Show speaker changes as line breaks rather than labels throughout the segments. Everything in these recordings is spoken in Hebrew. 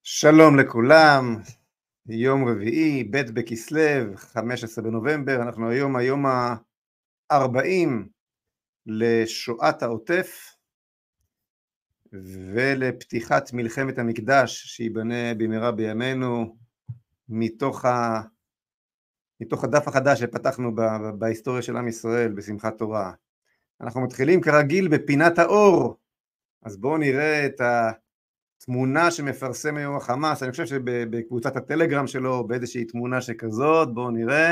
שלום לכולם, יום רביעי, ב' בכסלו, 15 בנובמבר, אנחנו היום ה-40 לשואת העוטף ולפתיחת מלחמת המקדש שיבנה במהרה בימינו מתוך הדף החדש שפתחנו בהיסטוריה של עם ישראל בשמחת תורה. אנחנו מתחילים כרגיל בפינת האור, אז בואו נראה את תמונה שמפרסם היום החמאס, אני חושב שבקבוצת הטלגרם שלו, באיזושהי תמונה שכזאת, בואו נראה.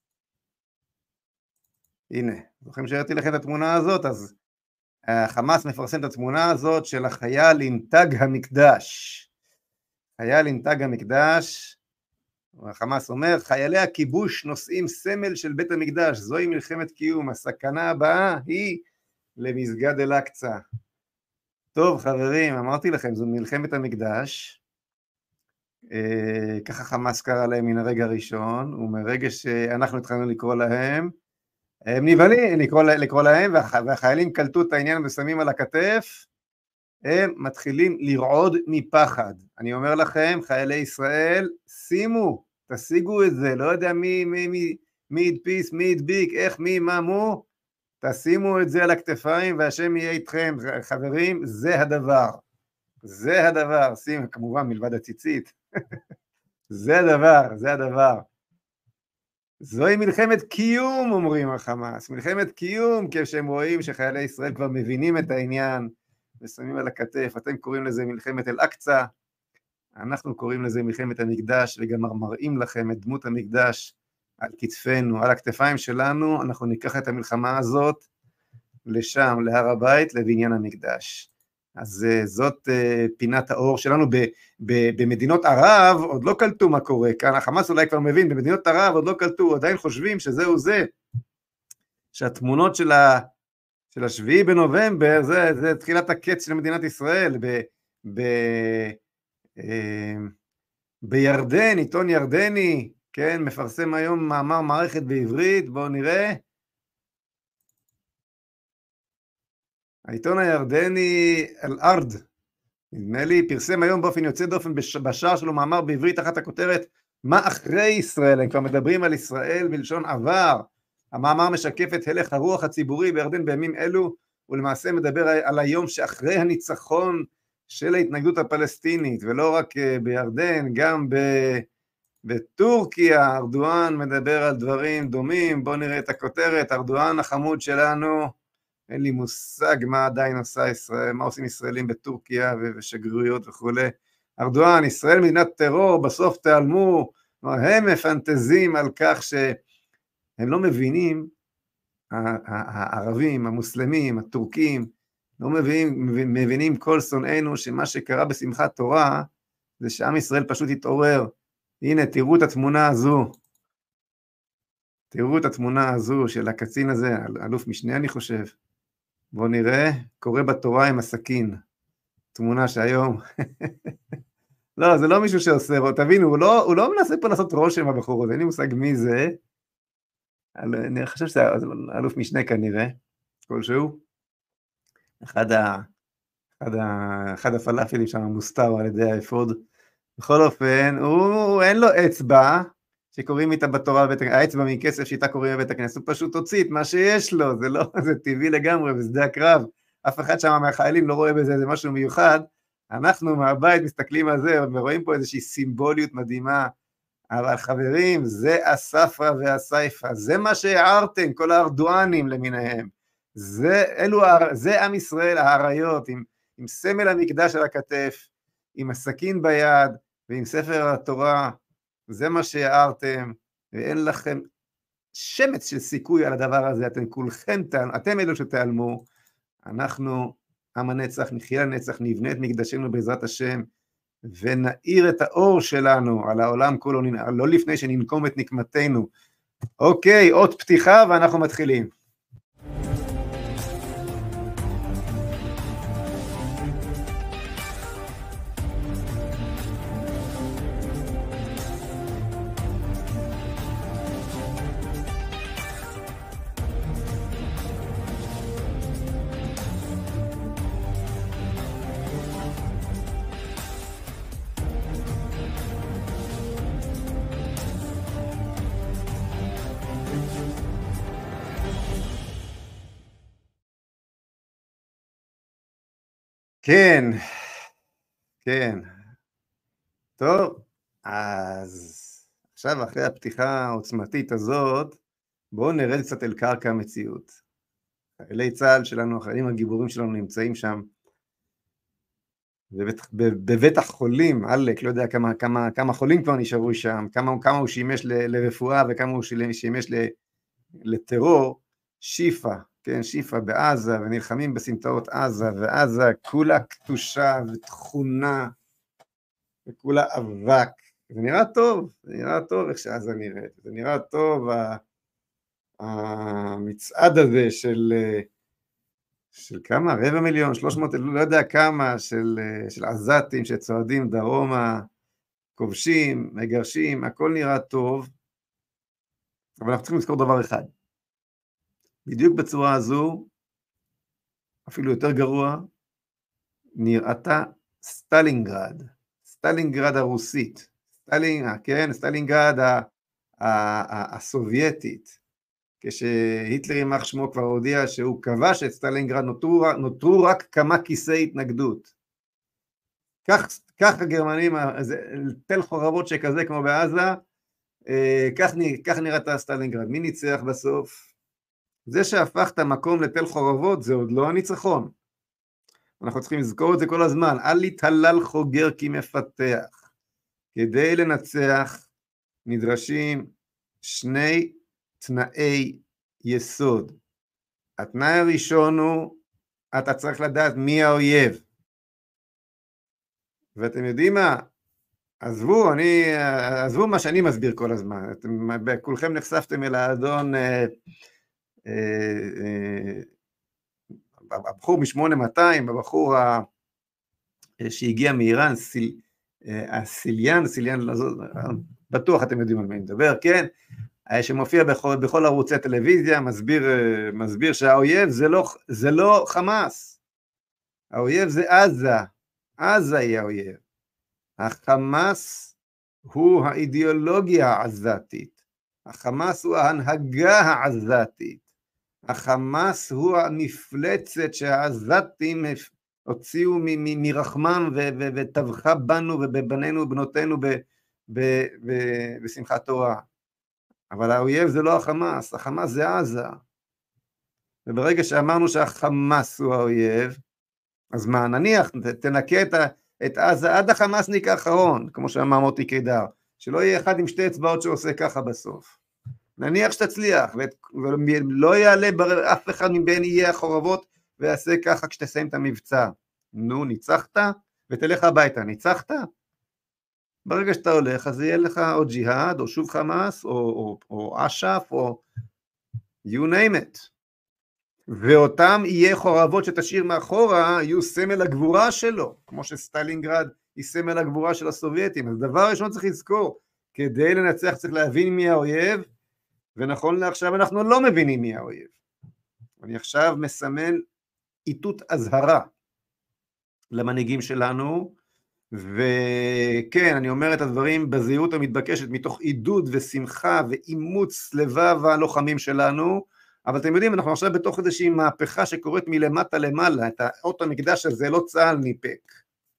הנה, זוכרים שהראיתי לכם את התמונה הזאת, אז החמאס מפרסם את התמונה הזאת של החייל עם תג המקדש. חייל עם תג המקדש, החמאס אומר, חיילי הכיבוש נושאים סמל של בית המקדש, זוהי מלחמת קיום, הסכנה הבאה היא למסגד אל-אקצא. טוב חברים, אמרתי לכם, זו מלחמת המקדש, ככה חמאס קרא להם מן הרגע הראשון, ומרגע שאנחנו התחלנו לקרוא להם, הם נבהלים לקרוא להם, והחיילים קלטו את העניין ושמים על הכתף, הם מתחילים לרעוד מפחד. אני אומר לכם, חיילי ישראל, שימו, תשיגו את זה, לא יודע מי הדפיס, מי הדביק, איך, מי, מה, מו, תשימו את זה על הכתפיים והשם יהיה איתכם, חברים, זה הדבר. זה הדבר, שימו, כמובן מלבד הציצית. זה הדבר. זוהי מלחמת קיום, אומרים החמאס, מלחמת קיום, כשהם רואים שחיילי ישראל כבר מבינים את העניין, ושמים על הכתף, אתם קוראים לזה מלחמת אל-אקצא, אנחנו קוראים לזה מלחמת המקדש, וגם מראים לכם את דמות המקדש, על כתפינו, על הכתפיים שלנו, אנחנו ניקח את המלחמה הזאת לשם, להר הבית, לבניין המקדש. אז זאת פינת האור שלנו. במדינות ערב עוד לא קלטו מה קורה, כאן החמאס אולי כבר מבין, במדינות ערב עוד לא קלטו, עדיין חושבים שזהו זה, שהתמונות של השביעי בנובמבר, זה תחילת הקץ של מדינת ישראל, בירדן, עיתון ירדני, כן, מפרסם היום מאמר מערכת בעברית, בואו נראה. העיתון הירדני אל-ארד, נדמה לי, פרסם היום באופן יוצא דופן בשער שלו מאמר בעברית תחת הכותרת, מה אחרי ישראל? הם כבר מדברים על ישראל בלשון עבר. המאמר משקף את הלך הרוח הציבורי בירדן בימים אלו, ולמעשה מדבר על היום שאחרי הניצחון של ההתנגדות הפלסטינית, ולא רק בירדן, גם בטורקיה. ארדואן מדבר על דברים דומים. בואו נראה את הכותרת, ארדואן החמוד שלנו, אין לי מושג מה עדיין עושה ישראל, מה עושים ישראלים בטורקיה ושגרירויות וכו'. ארדואן, ישראל מדינת טרור, בסוף תיעלמו, הם מפנטזים על כך שהם לא מבינים, הערבים, המוסלמים, הטורקים, לא מבינים כל שונאינו שמה שקרה בשמחת תורה, זה שעם ישראל פשוט התעורר. הנה, תראו את התמונה הזו. תראו את התמונה הזו של הקצין הזה, אלוף משנה אני חושב. בואו נראה, קורא בתורה עם הסכין. תמונה שהיום. לא, זה לא מישהו שעושה, תבינו, הוא לא מנסה פה לעשות רושם הבחור הזה, אין לי מושג מי זה. אני חושב שזה אלוף משנה כנראה, כלשהו. אחד הפלאפלים שם מוסתר על ידי האפוד. בכל אופן, הוא אין לו אצבע, שקוראים איתה בתורה, האצבע מכסף שאיתה קוראים בבית הכנסת, הוא פשוט הוציא את מה שיש לו, זה טבעי לגמרי, בשדה הקרב, אף אחד שם מהחיילים לא רואה בזה, זה משהו מיוחד, אנחנו מהבית מסתכלים על זה, ורואים פה איזושהי סימבוליות מדהימה, אבל חברים, זה הספרא והסייפא, זה מה שהערתם, כל הארדואנים למיניהם, זה עם ישראל, האריות, עם סמל המקדש על הכתף, עם הסכין ביד, ועם ספר התורה, זה מה שהערתם, ואין לכם שמץ של סיכוי על הדבר הזה, אתם אלו שתעלמו, אנחנו עם הנצח, נחיה לנצח, נבנה את מקדשנו בעזרת השם, ונאיר את האור שלנו על העולם כולו, לא לפני שננקום את נקמתנו. אוקיי, עוד פתיחה ואנחנו מתחילים. כן, כן. טוב, אז עכשיו אחרי הפתיחה העוצמתית הזאת, בואו נרד קצת אל קרקע המציאות. חיילי צה"ל שלנו, החיילים הגיבורים שלנו נמצאים שם, בבית החולים, עלק, לא יודע כמה חולים כבר נשארו שם, כמה הוא שימש לרפואה וכמה הוא שימש לטרור, שיפה, כן, שיפה בעזה, ונלחמים בסמטאות עזה, ועזה כולה קדושה ותכונה, וכולה אבק. זה נראה טוב, זה נראה טוב איך שעזה נראית, זה נראה טוב המצעד הזה של כמה? 250,000, 300,000, לא יודע כמה, של עזתים שצועדים דרומה, כובשים, מגרשים, הכל נראה טוב, אבל אנחנו צריכים לזכור דבר אחד, בדיוק בצורה הזו, אפילו יותר גרוע, נראתה סטלינגרד, סטלינגרד הרוסית, כן, סטלינגרד הסובייטית, כשהיטלר יימח שמו כבר הודיע שהוא כבש את סטלינגרד, נותרו רק כמה כיסי התנגדות. כך הגרמנים, תל חורבות שכזה כמו בעזה, כך נראתה סטלינגרד. מי ניצח בסוף? זה שהפך את המקום לתל חורבות זה עוד לא הניצחון. אנחנו צריכים לזכור את זה כל הזמן, אל יתהלל חוגר כי מפתח. כדי לנצח נדרשים שני תנאי יסוד. התנאי הראשון הוא, אתה צריך לדעת מי האויב. ואתם יודעים מה? עזבו מה שאני מסביר כל הזמן. כולכם נחשפתם אל האדון, הבחור מ-8200, הבחור שהגיע מאיראן, סיליאן, בטוח אתם יודעים על מי מדבר, כן? שמופיע בכל ערוצי הטלוויזיה, מסביר שהאויב זה לא חמאס, האויב זה עזה, עזה היא האויב. החמאס הוא האידיאולוגיה העזתית, החמאס הוא ההנהגה העזתית, החמאס הוא המפלצת שהעזתים הוציאו מרחמם וטבחה בנו ובבנינו ובנותינו בשמחת תורה. אבל האויב זה לא החמאס, החמאס זה עזה. וברגע שאמרנו שהחמאס הוא האויב, אז מה, נניח, תנקה את עזה עד החמאסניק האחרון, כמו שאמר מוטי קידר, שלא יהיה אחד עם שתי אצבעות שעושה ככה בסוף. נניח שתצליח, ולא יעלה אף אחד מבין יהיה החורבות, ויעשה ככה כשתסיים את המבצע. נו, ניצחת, ותלך הביתה, ניצחת? ברגע שאתה הולך, אז יהיה לך או ג'יהאד, או שוב חמאס, או אש"ף, או you name it. ואותם יהיה חורבות שתשאיר מאחורה, יהיו סמל הגבורה שלו, כמו שסטלינגרד היא סמל הגבורה של הסובייטים. אז דבר ראשון צריך לזכור, כדי לנצח צריך להבין מי האויב, ונכון לעכשיו אנחנו לא מבינים מי האויב. אני עכשיו מסמן איתות אזהרה למנהיגים שלנו, וכן, אני אומר את הדברים בזהירות המתבקשת, מתוך עידוד ושמחה ואימוץ לבב הלוחמים שלנו, אבל אתם יודעים, אנחנו עכשיו בתוך איזושהי מהפכה שקורית מלמטה למעלה, את האות המקדש הזה לא צה"ל ניפק,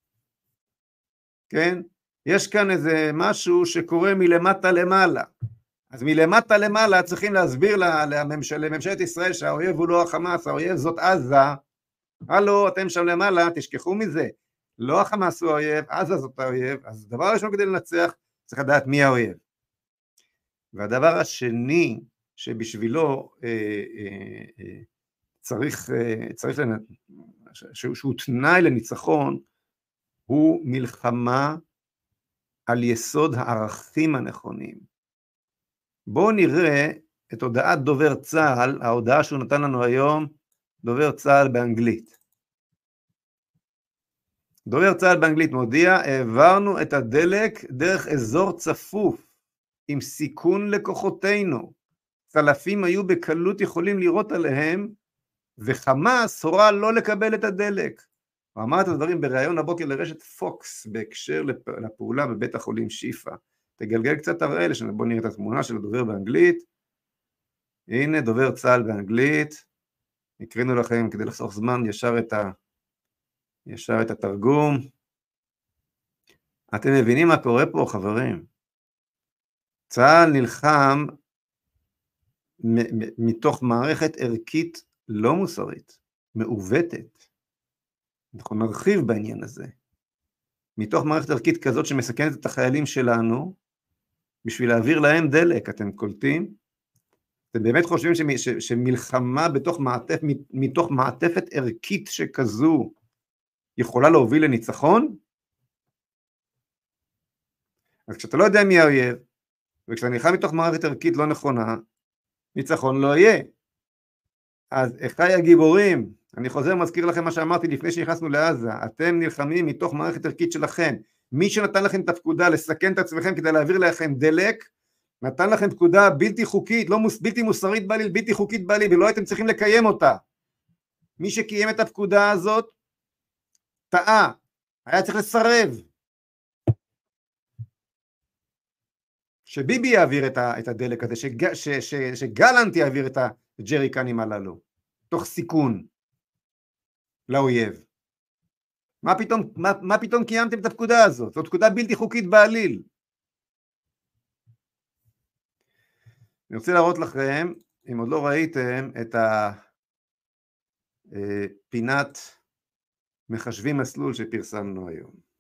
כן? יש כאן איזה משהו שקורה מלמטה למעלה, אז מלמטה למעלה צריכים להסביר לממשלת ישראל שהאויב הוא לא החמאס, האויב זאת עזה, הלו, אתם שם למעלה, תשכחו מזה, לא החמאס הוא האויב, עזה זאת האויב, אז דבר ראשון כדי לנצח, צריך לדעת מי האויב. והדבר השני שבשבילו שהוא תנאי לניצחון, הוא מלחמה על יסוד הערכים הנכונים. בואו נראה את הודעת דובר צה"ל, ההודעה שהוא נתן לנו היום, דובר צה"ל באנגלית. דובר צה"ל באנגלית מודיע, העברנו את הדלק דרך אזור צפוף, עם סיכון לכוחותינו. צלפים היו בקלות יכולים לירות עליהם, וחמאס הורה לא לקבל את הדלק. הוא אמר את הדברים בראיון הבוקר לרשת פוקס, בהקשר לפעולה בבית החולים שיפה. תגלגל קצת הראל, בואו נראה את התמונה של הדובר באנגלית. הנה דובר צה"ל באנגלית. הקרינו לכם כדי לחסוך זמן ישר את ישר את התרגום. אתם מבינים מה קורה פה, חברים? צה"ל נלחם מתוך מערכת ערכית לא מוסרית, מעוותת. אנחנו נרחיב בעניין הזה. מתוך מערכת ערכית כזאת שמסכנת את החיילים שלנו, בשביל להעביר להם דלק, אתם קולטים? אתם באמת חושבים שמלחמה מתוך מעטפת ערכית שכזו, יכולה להוביל לניצחון? אז כשאתה לא יודע מי האויב, וכשאתה נלחם מתוך מערכת ערכית לא נכונה, ניצחון לא יהיה. אז אחי הגיבורים, אני חוזר מזכיר לכם מה שאמרתי לפני שנכנסנו לעזה, אתם נלחמים מתוך מערכת ערכית שלכם, מי שנתן לכם את הפקודה לסכן את עצמכם כדי להעביר לכם דלק, נתן לכם פקודה בלתי חוקית, לא בלתי מוסרית בעליל, בלתי חוקית בעליל, ולא הייתם צריכים לקיים אותה. מי שקיים את הפקודה הזאת, טעה, היה צריך לסרב. שביבי יעביר את הדלק הזה, שגלנט יעביר את הג'ריקנים הללו, תוך סיכון לאויב. מה פתאום קיימתם את הפקודה הזאת? זאת פקודה בלתי חוקית בעליל. אני רוצה להראות לכם, אם עוד לא ראיתם, את פינת מחשבים מסלול שפרסמנו היום.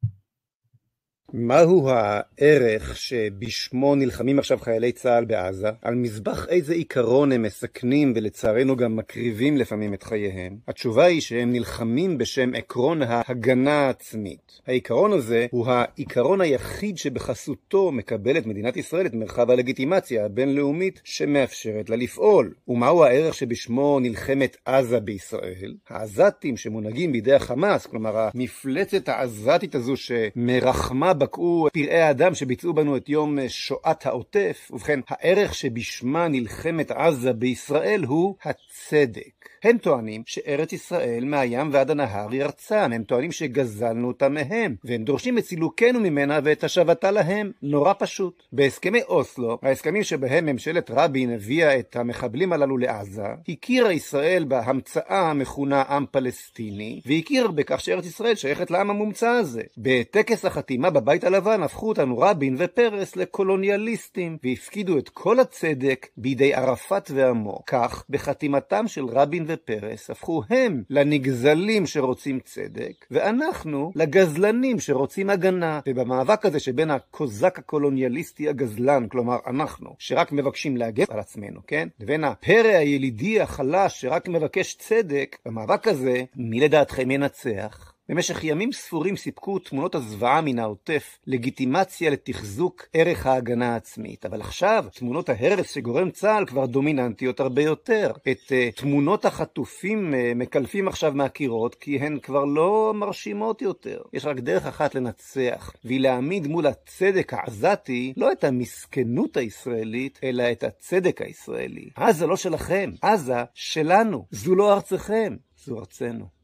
מהו הערך שבשמו נלחמים עכשיו חיילי צה"ל בעזה? על מזבח איזה עיקרון הם מסכנים ולצערנו גם מקריבים לפעמים את חייהם? התשובה היא שהם נלחמים בשם עקרון ההגנה העצמית. העיקרון הזה הוא העיקרון היחיד שבחסותו מקבלת מדינת ישראל את מרחב הלגיטימציה הבינלאומית שמאפשרת לה לפעול. ומהו הערך שבשמו נלחמת עזה בישראל? העזתים שמונהגים בידי החמאס, כלומר המפלצת העזתית הזו שמרחמה בקעו פראי האדם שביצעו בנו את יום שואת העוטף, ובכן הערך שבשמה נלחמת עזה בישראל הוא הצדק. הם טוענים שארץ ישראל מהים ועד הנהר היא ארצם, הם טוענים שגזלנו אותה מהם, והם דורשים את סילוקנו ממנה ואת השבתה להם. נורא פשוט. בהסכמי אוסלו, ההסכמים שבהם ממשלת רבין הביאה את המחבלים הללו לעזה, הכירה ישראל בהמצאה המכונה עם פלסטיני, והכירה בכך שארץ ישראל שייכת לעם המומצא הזה. בטקס החתימה בבית הלבן הפכו אותנו רבין ופרס לקולוניאליסטים, והפקידו את כל הצדק בידי ערפאת ועמו. כך, בחתימתם של רבין ופרס הפכו הם לנגזלים שרוצים צדק, ואנחנו לגזלנים שרוצים הגנה. ובמאבק הזה שבין הקוזק הקולוניאליסטי הגזלן, כלומר אנחנו, שרק מבקשים להגן על עצמנו, כן? לבין הפרא הילידי החלש שרק מבקש צדק, במאבק הזה מי לדעתכם ינצח? במשך ימים ספורים סיפקו תמונות הזוועה מן העוטף לגיטימציה לתחזוק ערך ההגנה העצמית. אבל עכשיו תמונות ההרס שגורם צה"ל כבר דומיננטיות הרבה יותר. את תמונות החטופים מקלפים עכשיו מהקירות כי הן כבר לא מרשימות יותר. יש רק דרך אחת לנצח, והיא להעמיד מול הצדק העזתי לא את המסכנות הישראלית אלא את הצדק הישראלי. עזה לא שלכם, עזה שלנו. זו לא ארצכם, זו ארצנו.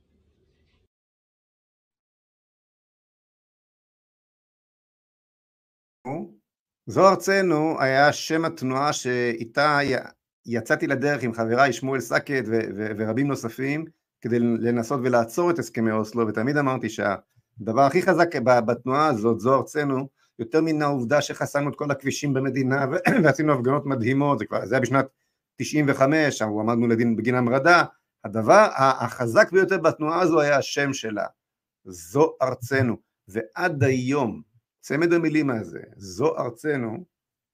זו ארצנו היה שם התנועה שאיתה יצאתי לדרך עם חבריי שמואל סקט ורבים נוספים כדי לנסות ולעצור את הסכמי אוסלו, ותמיד אמרתי שהדבר הכי חזק בתנועה הזאת, זו ארצנו, יותר מן העובדה שחסמנו את כל הכבישים במדינה ועשינו הפגנות מדהימות, זה היה בשנת 95, שם עמדנו לדין בגין המרדה. הדבר החזק ביותר בתנועה הזו היה השם שלה, זו ארצנו, ועד היום צמד המילים הזה, זו ארצנו,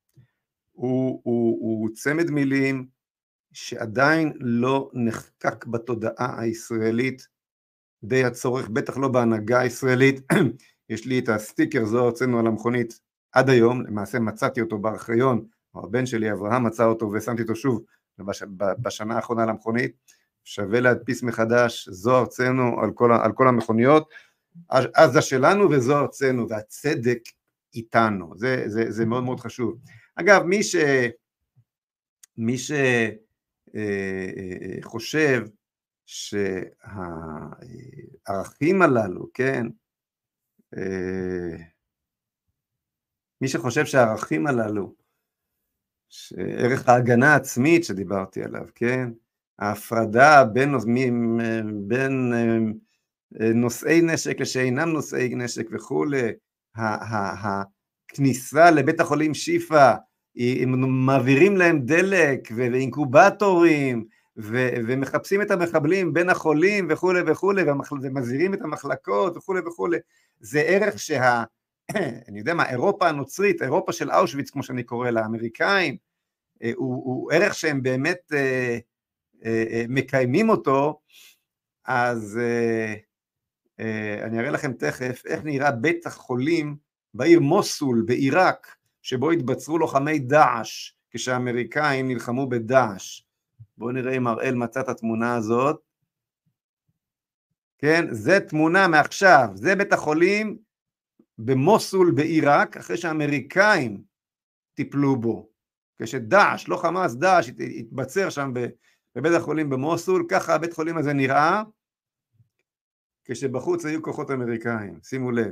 הוא צמד מילים שעדיין לא נחקק בתודעה הישראלית די הצורך, בטח לא בהנהגה הישראלית. יש לי את הסטיקר זו ארצנו על המכונית עד היום, למעשה מצאתי אותו בארכיון, הבן שלי אברהם מצא אותו ושמתי אותו שוב בשנה האחרונה על המכונית, שווה להדפיס מחדש, זו ארצנו על כל המכוניות, עזה שלנו וזו ארצנו, והצדק איתנו, זה מאוד מאוד חשוב. אגב, מי שחושב שהערכים הללו, כן, מי שחושב שהערכים הללו, שערך ההגנה העצמית שדיברתי עליו, כן, ההפרדה בין נושאי נשק לשאינם נושאי נשק וכולי, הכניסה לבית החולים שיפה, מעבירים להם דלק ואינקובטורים, ומחפשים את המחבלים בין החולים וכולי וכולי, ומזהירים את המחלקות וכולי וכולי, זה ערך אני יודע מה, אירופה הנוצרית, אירופה של אושוויץ כמו שאני קורא לה, האמריקאים, הוא ערך שהם באמת מקיימים אותו. אז אני אראה לכם תכף איך נראה בית החולים בעיר מוסול בעיראק, שבו התבצרו לוחמי דאעש, כשהאמריקאים נלחמו בדאעש. בואו נראה אם הראל מצא את התמונה הזאת. כן, זה תמונה מעכשיו, זה בית החולים במוסול בעיראק, אחרי שהאמריקאים טיפלו בו. כשדאעש, לא חמאס, דאעש התבצר שם בבית החולים במוסול, ככה הבית חולים הזה נראה, כשבחוץ היו כוחות אמריקאים, שימו לב.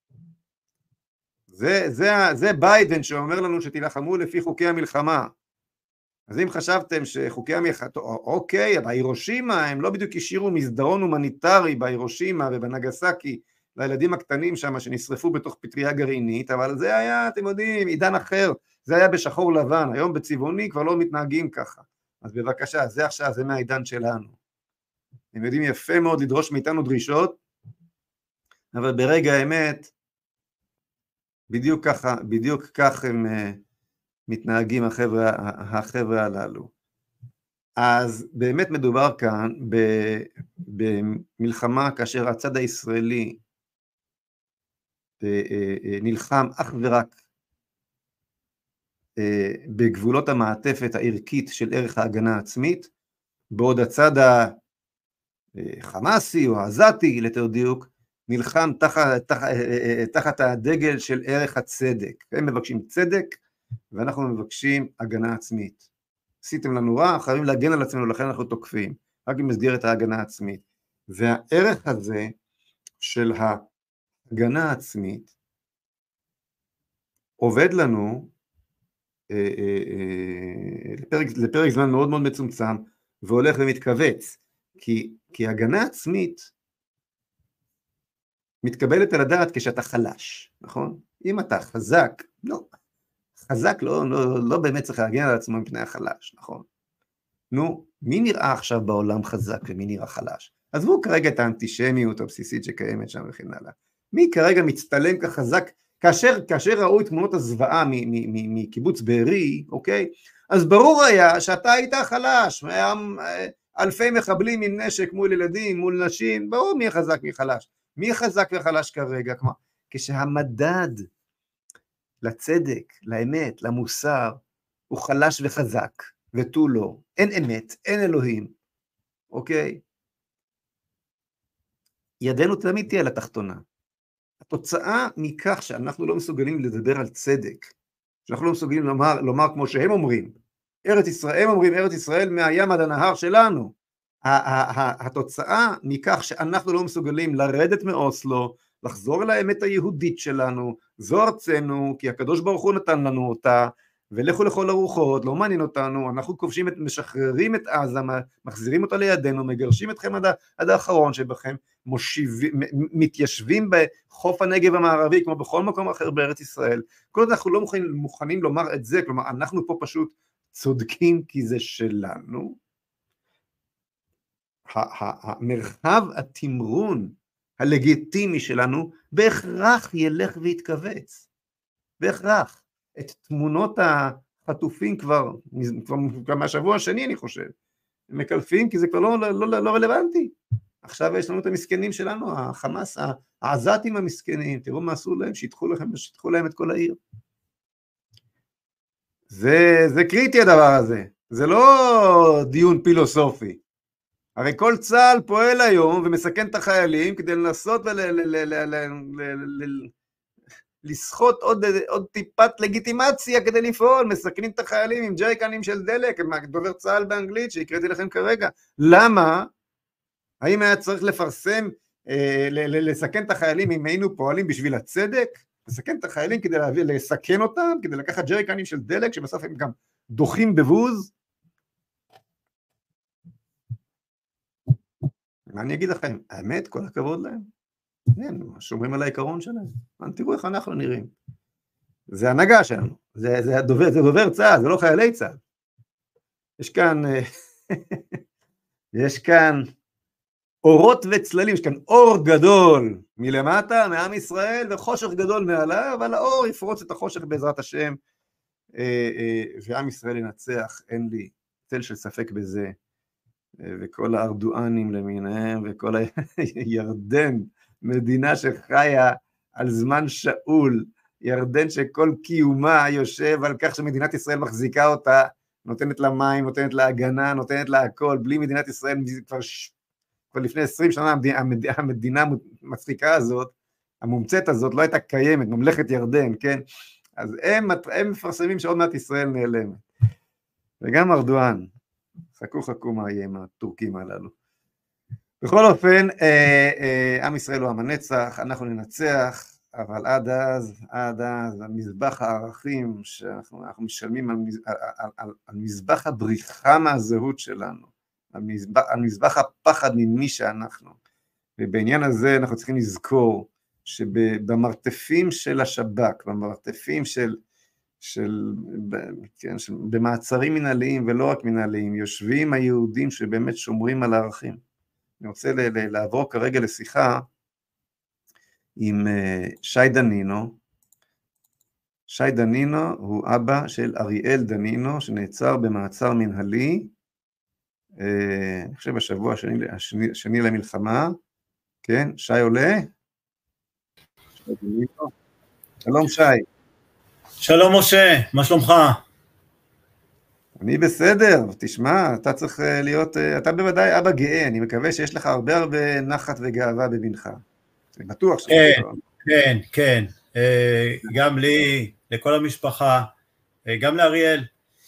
זה ביידן שאומר לנו שתילחמו לפי חוקי המלחמה. אז אם חשבתם שחוקי המלחמה, אוקיי, בהירושימה הם לא בדיוק השאירו מסדרון הומניטרי בהירושימה ובנגסקי, לילדים הקטנים שם שנשרפו בתוך פטריה גרעינית, אבל זה היה, אתם יודעים, עידן אחר, זה היה בשחור לבן, היום בצבעוני כבר לא מתנהגים ככה. אז בבקשה, זה עכשיו, זה מהעידן שלנו. הם יודעים יפה מאוד לדרוש מאיתנו דרישות, אבל ברגע האמת, בדיוק כך הם מתנהגים החבר'ה הללו. אז באמת מדובר כאן במלחמה כאשר הצד הישראלי נלחם אך ורק בגבולות המעטפת הערכית של ערך ההגנה העצמית, בעוד הצד החמאסי או העזתי ליתר דיוק נלחם תחת הדגל של ערך הצדק. הם מבקשים צדק ואנחנו מבקשים הגנה עצמית. עשיתם לנו רע, חייבים להגן על עצמנו, לכן אנחנו תוקפים, רק במסגרת ההגנה העצמית. והערך הזה של ההגנה העצמית עובד לנו לפרק זמן מאוד מאוד מצומצם, והולך ומתכווץ, כי הגנה עצמית מתקבלת על הדעת כשאתה חלש, נכון? אם אתה חזק, חזק לא באמת צריך להגן על עצמו מפני החלש, נכון? נו, מי נראה עכשיו בעולם חזק ומי נראה חלש? עזבו כרגע את האנטישמיות הבסיסית שקיימת שם וכן הלאה. מי כרגע מצטלם כחזק, כאשר ראו את תמונות הזוועה מקיבוץ בארי, אוקיי? אז ברור היה שאתה היית חלש, אלפי מחבלים עם נשק מול ילדים, מול נשים, ברור מי חזק מי חלש. מי חזק וחלש כרגע? כלומר, כשהמדד לצדק, לאמת, למוסר, הוא חלש וחזק, ותו לא, אין אמת, אין אלוהים, אוקיי? ידנו תמיד תהיה לתחתונה. התוצאה מכך שאנחנו לא מסוגלים לדבר על צדק, שאנחנו לא מסוגלים לומר כמו שהם אומרים, הם אומרים ארץ ישראל מהים עד הנהר שלנו, התוצאה מכך שאנחנו לא מסוגלים לרדת מאוסלו, לחזור אל האמת היהודית שלנו, זו ארצנו, כי הקדוש ברוך הוא נתן לנו אותה, ולכו לכל הרוחות, לא מעניין אותנו, אנחנו כובשים משחררים את עזה, מחזירים אותה לידינו, מגרשים אתכם עד האחרון שבכם, מתיישבים בחוף הנגב המערבי, כמו בכל מקום אחר בארץ ישראל, כל עוד אנחנו לא מוכנים לומר את זה, כלומר אנחנו פה פשוט צודקים כי זה שלנו, המרחב התמרון הלגיטימי שלנו בהכרח ילך ויתכווץ, בהכרח. את תמונות החטופים כבר מהשבוע השני אני חושב, הם מקלפים כי זה כבר לא רלוונטי. עכשיו יש לנו את המסכנים שלנו, החמאס, העזתים המסכנים, תראו מה עשו להם, שיתחו להם את כל העיר. זה קריטי הדבר הזה, זה לא דיון פילוסופי. הרי כל צה"ל פועל היום ומסכן את החיילים כדי לנסות לסחוט עוד טיפת לגיטימציה כדי לפעול, מסכנים את החיילים עם ג'ריקנים של דלק, דובר צה"ל באנגלית שהקראתי לכם כרגע. למה? האם היה צריך לפרסם, לסכן את החיילים אם היינו פועלים בשביל הצדק? לסכן את החיילים כדי לסכן אותם, כדי לקחת ג'ריקנים של דלק שבסוף הם גם דוחים בבוז? מה אני אגיד לכם? האמת, כל הכבוד להם. הם שומרים על העיקרון שלהם. תראו איך אנחנו נראים. זה הנהגה שלנו, זה דובר צה"ל, זה לא חיילי צה"ל. יש כאן אורות וצללים, יש כאן אור גדול מלמטה, מעם ישראל, וחושך גדול מעליו, אבל האור יפרוץ את החושך בעזרת השם, ועם ישראל ינצח, אין לי צל של ספק בזה, וכל הארדואנים למיניהם, וכל ירדן, מדינה שחיה על זמן שאול, ירדן שכל קיומה יושב על כך שמדינת ישראל מחזיקה אותה, נותנת לה מים, נותנת לה הגנה, נותנת לה הכל, בלי מדינת ישראל כבר לפני 20 שנה המדינה המצחיקה הזאת, המומצאת הזאת, לא הייתה קיימת, ממלכת ירדן, כן? אז הם מפרסמים שעוד מעט ישראל נעלמת. וגם ארדואן, חכו מה יהיה עם הטורקים הללו. בכל אופן, עם ישראל הוא עם הנצח, אנחנו ננצח, אבל עד אז, המזבח הערכים שאנחנו משלמים על מזבח הבריחה מהזהות שלנו, על מזבח הפחד ממי שאנחנו, ובעניין הזה אנחנו צריכים לזכור שבמרתפים של השב"כ, במרתפים במעצרים מנהליים ולא רק מנהליים, יושבים היהודים שבאמת שומרים על הערכים. אני רוצה לעבור כרגע לשיחה עם שי דנינו. שי דנינו הוא אבא של אריאל דנינו, שנעצר במעצר מנהלי, אני חושב בשבוע השני למלחמה, כן, שי עולה? שי דנינו. שלום שי.
שלום משה, מה שלומך?
אני בסדר, תשמע, אתה צריך להיות, אתה בוודאי אבא גאה, אני מקווה שיש לך הרבה נחת וגאווה בבנך. אני בטוח ש...
כן, גם לי, לכל המשפחה, גם לאריאל.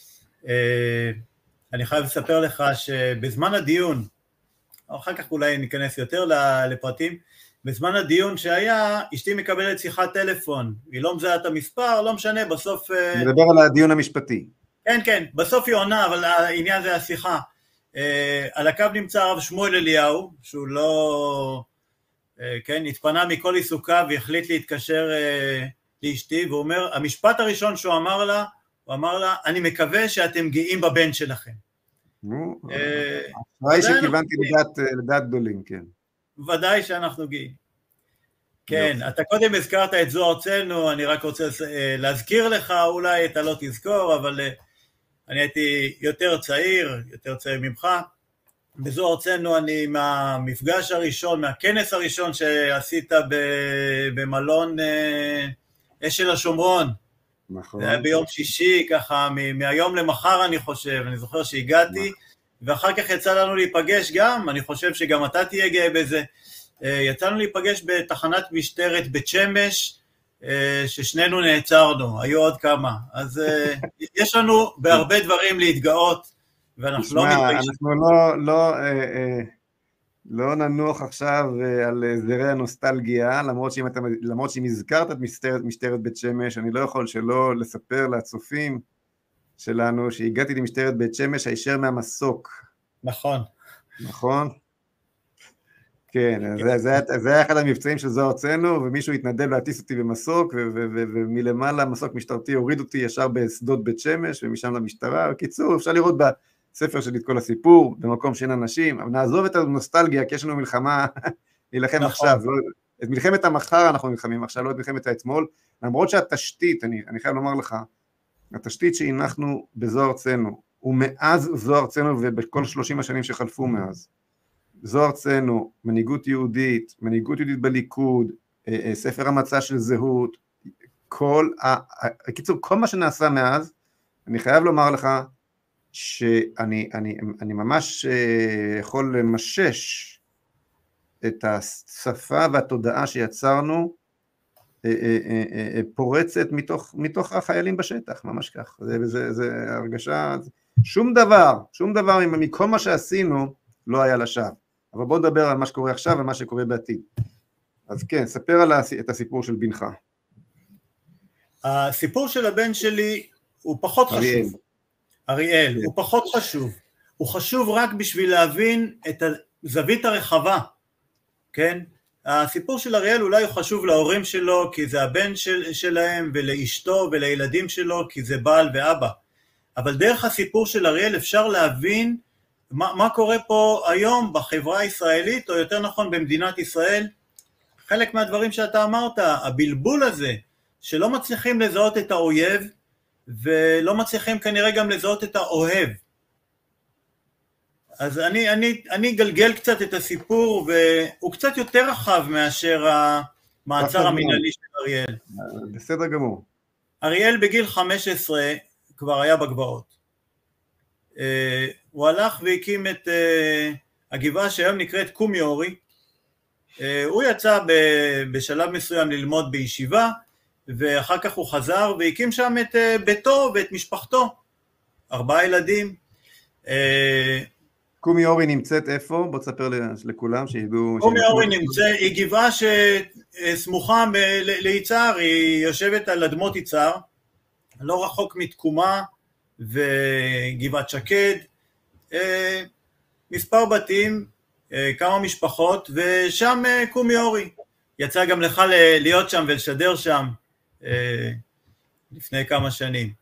אני חייב לספר לך שבזמן הדיון, אחר כך אולי ניכנס יותר לפרטים, בזמן הדיון שהיה, אשתי מקבלת שיחת טלפון, היא לא מזהה את המספר, לא משנה, בסוף...
מדבר על הדיון המשפטי.
כן, בסוף היא עונה, אבל העניין זה השיחה. על הקו נמצא הרב שמואל אליהו, שהוא לא... כן, התפנה מכל עיסוקיו והחליט להתקשר לאשתי, והוא אומר, המשפט הראשון שהוא אמר לה, הוא אמר לה, אני מקווה שאתם גאים בבן שלכם.
ראי שכיוונתי לדעת גדולים, כן.
ודאי שאנחנו גאים. כן, אתה קודם הזכרת את זו ארצנו, אני רק רוצה להזכיר לך, אולי אתה לא תזכור, אבל אני הייתי יותר צעיר ממך, בזו ארצנו אני מהמפגש הראשון, מהכנס הראשון שעשית במלון אשל השומרון,
נכון.
זה היה ביום שישי, ככה מהיום למחר אני חושב, אני זוכר שהגעתי, ואחר כך יצא לנו להיפגש גם, אני חושב שגם אתה תהיה גאה בזה, יצאנו להיפגש בתחנת משטרת בית שמש, ששנינו נעצרנו, היו עוד כמה, אז יש לנו בהרבה דברים להתגאות, ואנחנו לא מתביישים.
אנחנו לא ננוח עכשיו על זרי הנוסטלגיה, למרות שאם הזכרת את משטרת בית שמש, אני לא יכול שלא לספר לצופים שלנו שהגעתי למשטרת בית שמש הישר מהמסוק.
נכון.
כן, זה היה אחד המבצעים של זו ארצנו, ומישהו התנדב להטיס אותי במסוק, ומלמעלה מסוק משטרתי הוריד אותי ישר בשדות בית שמש, ומשם למשטרה. בקיצור, אפשר לראות בספר שלי את כל הסיפור, במקום שאין אנשים, אבל נעזוב את הנוסטלגיה, כי יש לנו מלחמה להילחם עכשיו, את מלחמת המחר אנחנו נלחמים עכשיו, לא את מלחמת האתמול, למרות שהתשתית, אני חייב לומר לך, התשתית שהנחנו בזו ארצנו, ומאז זו ארצנו ובכל 30 השנים שחלפו מאז, זו ארצנו, מנהיגות יהודית בליכוד, ספר המצע של זהות, קיצור, כל מה שנעשה מאז, אני חייב לומר לך, שאני ממש יכול למשש את השפה והתודעה שיצרנו, פורצת מתוך החיילים בשטח, ממש כך, זה הרגשה, שום דבר מכל מה שעשינו לא היה לשווא, אבל בוא נדבר על מה שקורה עכשיו ומה שקורה בעתיד. אז כן, ספר את הסיפור של בנך.
הסיפור של הבן שלי הוא פחות חשוב. אריאל, הוא פחות חשוב. הוא חשוב רק בשביל להבין הזווית הרחבה, כן? הסיפור של אריאל אולי הוא חשוב להורים שלו, כי זה הבן שלהם, ולאשתו ולילדים שלו, כי זה בעל ואבא. אבל דרך הסיפור של אריאל אפשר להבין מה קורה פה היום בחברה הישראלית, או יותר נכון במדינת ישראל. חלק מהדברים שאתה אמרת, הבלבול הזה, שלא מצליחים לזהות את האויב, ולא מצליחים כנראה גם לזהות את האוהב. אז אני גלגל קצת את הסיפור, והוא קצת יותר רחב מאשר המעצר המנהלי של אריאל.
בסדר גמור.
אריאל בגיל 15 כבר היה בגבעות. הוא הלך והקים את הגבעה שהיום נקראת קומי אורי. הוא יצא בשלב מסוים ללמוד בישיבה, ואחר כך הוא חזר והקים שם את ביתו ואת משפחתו. 4 ילדים.
קומי אורי נמצאת איפה? בוא תספר לכולם שידעו.
קומי אורי היא גבעה שסמוכה ליצהר, היא יושבת על אדמות יצהר, לא רחוק מתקומה וגבעת שקד, מספר בתים, כמה משפחות, ושם קומי אורי. יצא גם לך להיות שם ולשדר שם לפני כמה שנים.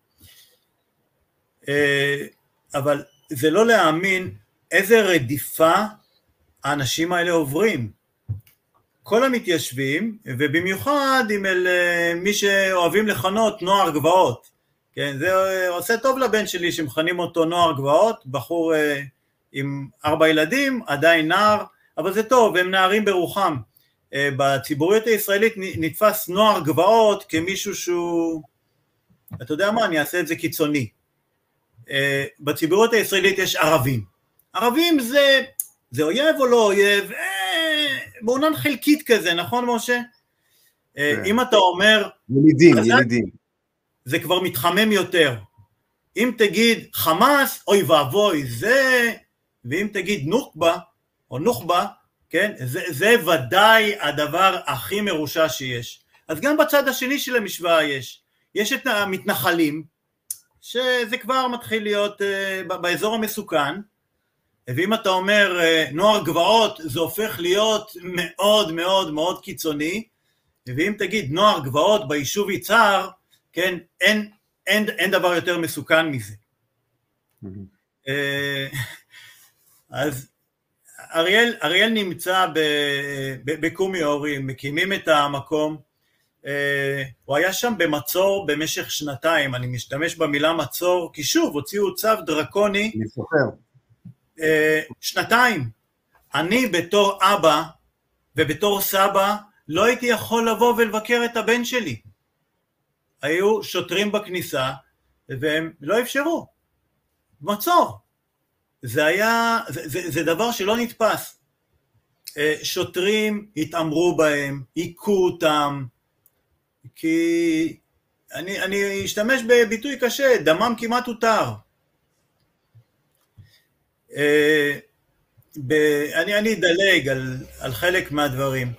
אבל זה לא להאמין איזה רדיפה האנשים האלה עוברים. כל המתיישבים, ובמיוחד עם מי שאוהבים לכנות נוער גבעות. כן, זה עושה טוב לבן שלי שמכנים אותו נוער גבעות, בחור עם 4 ילדים, עדיין נער, אבל זה טוב, הם נערים ברוחם. בציבוריות הישראלית נתפס נוער גבעות כמישהו שהוא, אתה יודע מה, אני אעשה את זה קיצוני. בציבוריות הישראלית יש ערבים. ערבים זה אויב או לא אויב? מעונן חלקית כזה, נכון משה? אם אתה אומר...
ילידים.
זה כבר מתחמם יותר. אם תגיד חמאס, אוי ואבוי, זה... ואם תגיד נוח'בה, או נוח'בה, כן? זה ודאי הדבר הכי מרושע שיש. אז גם בצד השני של המשוואה יש את המתנחלים, שזה כבר מתחיל להיות באזור המסוכן, ואם אתה אומר נוער גבעות, זה הופך להיות מאוד מאוד מאוד קיצוני, ואם תגיד נוער גבעות ביישוב יצהר, כן, אין דבר יותר מסוכן מזה. אז אריאל נמצא בקומי אורי, מקימים את המקום, הוא היה שם במצור במשך 2, אני משתמש במילה מצור, כי שוב, הוציאו צו דרקוני,
אני זוכר.
2. אני בתור אבא ובתור סבא לא הייתי יכול לבוא ולבקר את הבן שלי. היו שוטרים בכניסה והם לא אפשרו. מצור. זה דבר שלא נתפס. שוטרים התאמרו בהם, עיקו אותם, כי אני אשתמש בביטוי קשה, דמם כמעט הותר. אני אדלג על חלק מהדברים.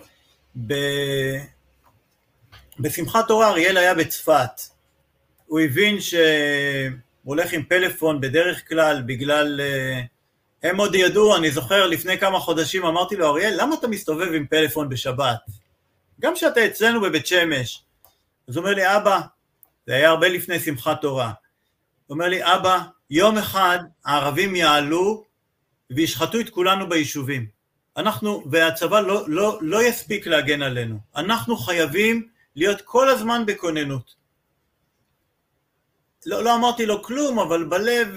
בשמחת תורה אריאל היה בצפת. הוא הבין שהוא הולך עם פלאפון בדרך כלל בגלל, הם עוד ידעו, אני זוכר לפני כמה חודשים אמרתי לו, אריאל, למה אתה מסתובב עם פלאפון בשבת? גם שאתה אצלנו בבית שמש. אז הוא אומר לי, אבא, זה היה הרבה לפני שמחת תורה. הוא אומר לי, אבא, יום אחד הערבים יעלו וישחטו את כולנו ביישובים. והצבא לא יספיק להגן עלינו. אנחנו חייבים להיות כל הזמן בכוננות. לא אמרתי לו כלום, אבל בלב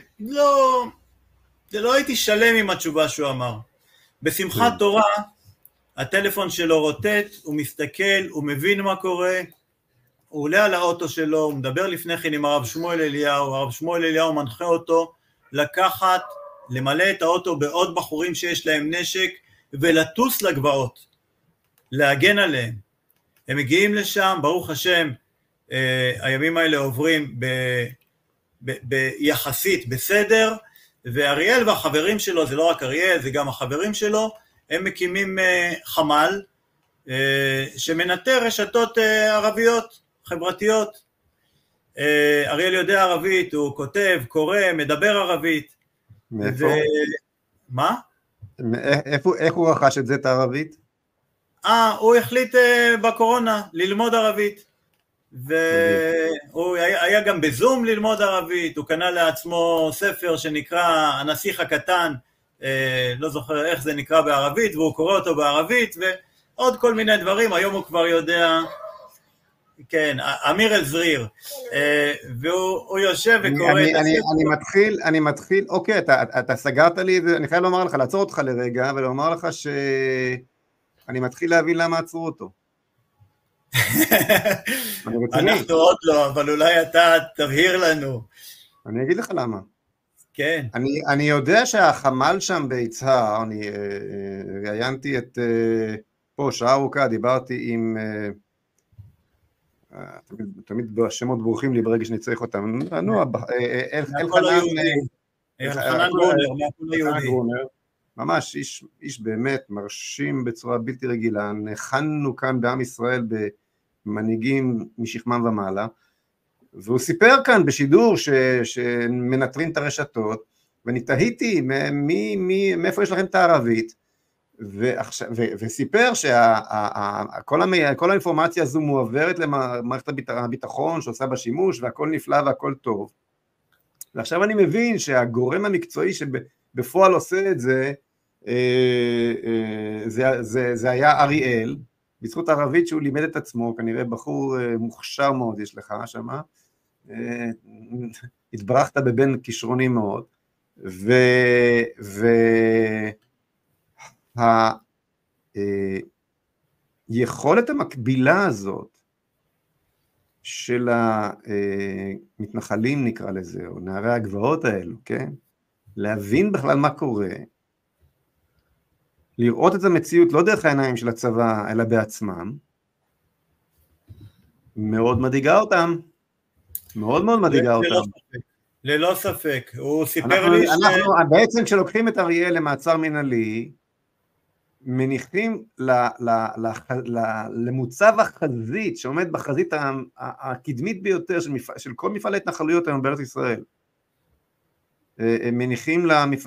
לא הייתי שלם עם התשובה שהוא אמר. בשמחת תורה, הטלפון שלו רוטט, הוא מסתכל, הוא מבין מה קורה, הוא עולה על האוטו שלו, הוא מדבר לפני כן עם הרב שמואל אליהו, הרב שמואל אליהו מנחה אותו לקחת, למלא את האוטו בעוד בחורים שיש להם נשק, ולטוס לגבעות, להגן עליהם. הם מגיעים לשם, ברוך השם, הימים האלה עוברים ביחסית בסדר, ואריאל והחברים שלו, זה לא רק אריאל, זה גם החברים שלו, הם מקימים חמ"ל, שמנטר רשתות ערביות, חברתיות. אריאל יודע ערבית, הוא כותב, קורא, מדבר ערבית.
מאיפה?
מה?
איך הוא רכש את זה, את הערבית?
הוא החליט בקורונה ללמוד ערבית, והוא היה גם בזום ללמוד ערבית, הוא קנה לעצמו ספר שנקרא הנסיך הקטן, לא זוכר איך זה נקרא בערבית, והוא קורא אותו בערבית, ועוד כל מיני דברים, היום הוא כבר יודע, כן, אמיר אל-זריר, והוא יושב וקורא את הספר.
אני מתחיל, אוקיי, אתה סגרת לי, אני חייב לומר לך, לעצור אותך לרגע, ולומר לך שאני מתחיל להבין למה עצרו אותו.
אנחנו עוד לא, אבל אולי אתה תבהיר לנו.
אני אגיד לך למה.
כן.
אני יודע שהחמ"ל שם ביצהר, אני ראיינתי את, פה שעה ארוכה, דיברתי עם, תמיד בשמות ברוכים לי ברגע שאני צריך אותם, אלחנן גרונר, ממש איש באמת מרשים בצורה בלתי רגילה, נחנו כאן בעם ישראל במנהיגים משכמם ומעלה, והוא סיפר כאן בשידור שמנטרים את הרשתות, ואני תהיתי מאיפה יש לכם את הערבית, וסיפר שכל האינפורמציה הזו מועברת למערכת הביטחון שעושה בשימוש, והכל נפלא והכל טוב. ועכשיו אני מבין שהגורם המקצועי שבפועל עושה את זה, זה היה אריאל, בזכות הערבית שהוא לימד את עצמו, כנראה בחור מוכשר מאוד יש לך שמה, התברכת בבן כישרוני מאוד, היכולת המקבילה הזאת של המתנחלים נקרא לזה, או נערי הגבעות האלו, כן? להבין בכלל מה קורה, לראות את המציאות לא דרך העיניים של הצבא, אלא בעצמם, מאוד מדאיגה אותם, מאוד מאוד מדאיגה אותם.
ללא ספק, הוא סיפר לי
בעצם כשלוקחים את אריאל למעצר מנהלי, מניחים למוצב החזית, שעומד בחזית הקדמית ביותר של כל מפעל ההתנחלויות היום בארץ ישראל, מניחים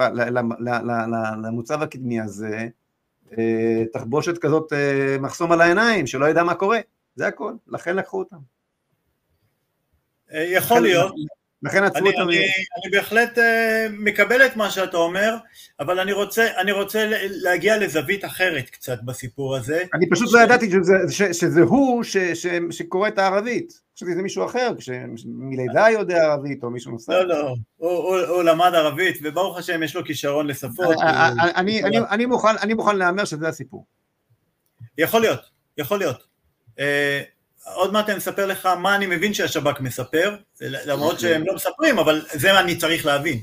למוצב הקדמי הזה, תחבושת כזאת מחסום על העיניים, שלא ידע מה קורה, זה הכל, לכן לקחו אותם.
יכול להיות.
לכן עצרו את אריאל.
אני בהחלט מקבל את מה שאתה אומר, אבל אני רוצה להגיע לזווית אחרת קצת בסיפור הזה.
אני פשוט לא ידעתי שזה הוא שקורא את הערבית. חשבתי שזה מישהו אחר, מלידה יודע ערבית או מישהו נוסף.
לא, הוא למד ערבית, וברוך השם יש לו כישרון לשפות.
אני מוכן לאמר שזה הסיפור.
יכול להיות. עוד מעט אני אספר לך מה אני מבין שהשב"כ מספר, למרות שהם לא מספרים, אבל זה אני צריך להבין.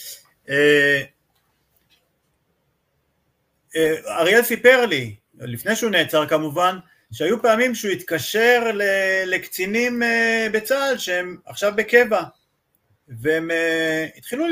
אריאל סיפר לי, לפני שהוא נעצר כמובן, שהיו פעמים שהוא התקשר לקצינים בצה"ל שהם עכשיו בקבע, והם התחילו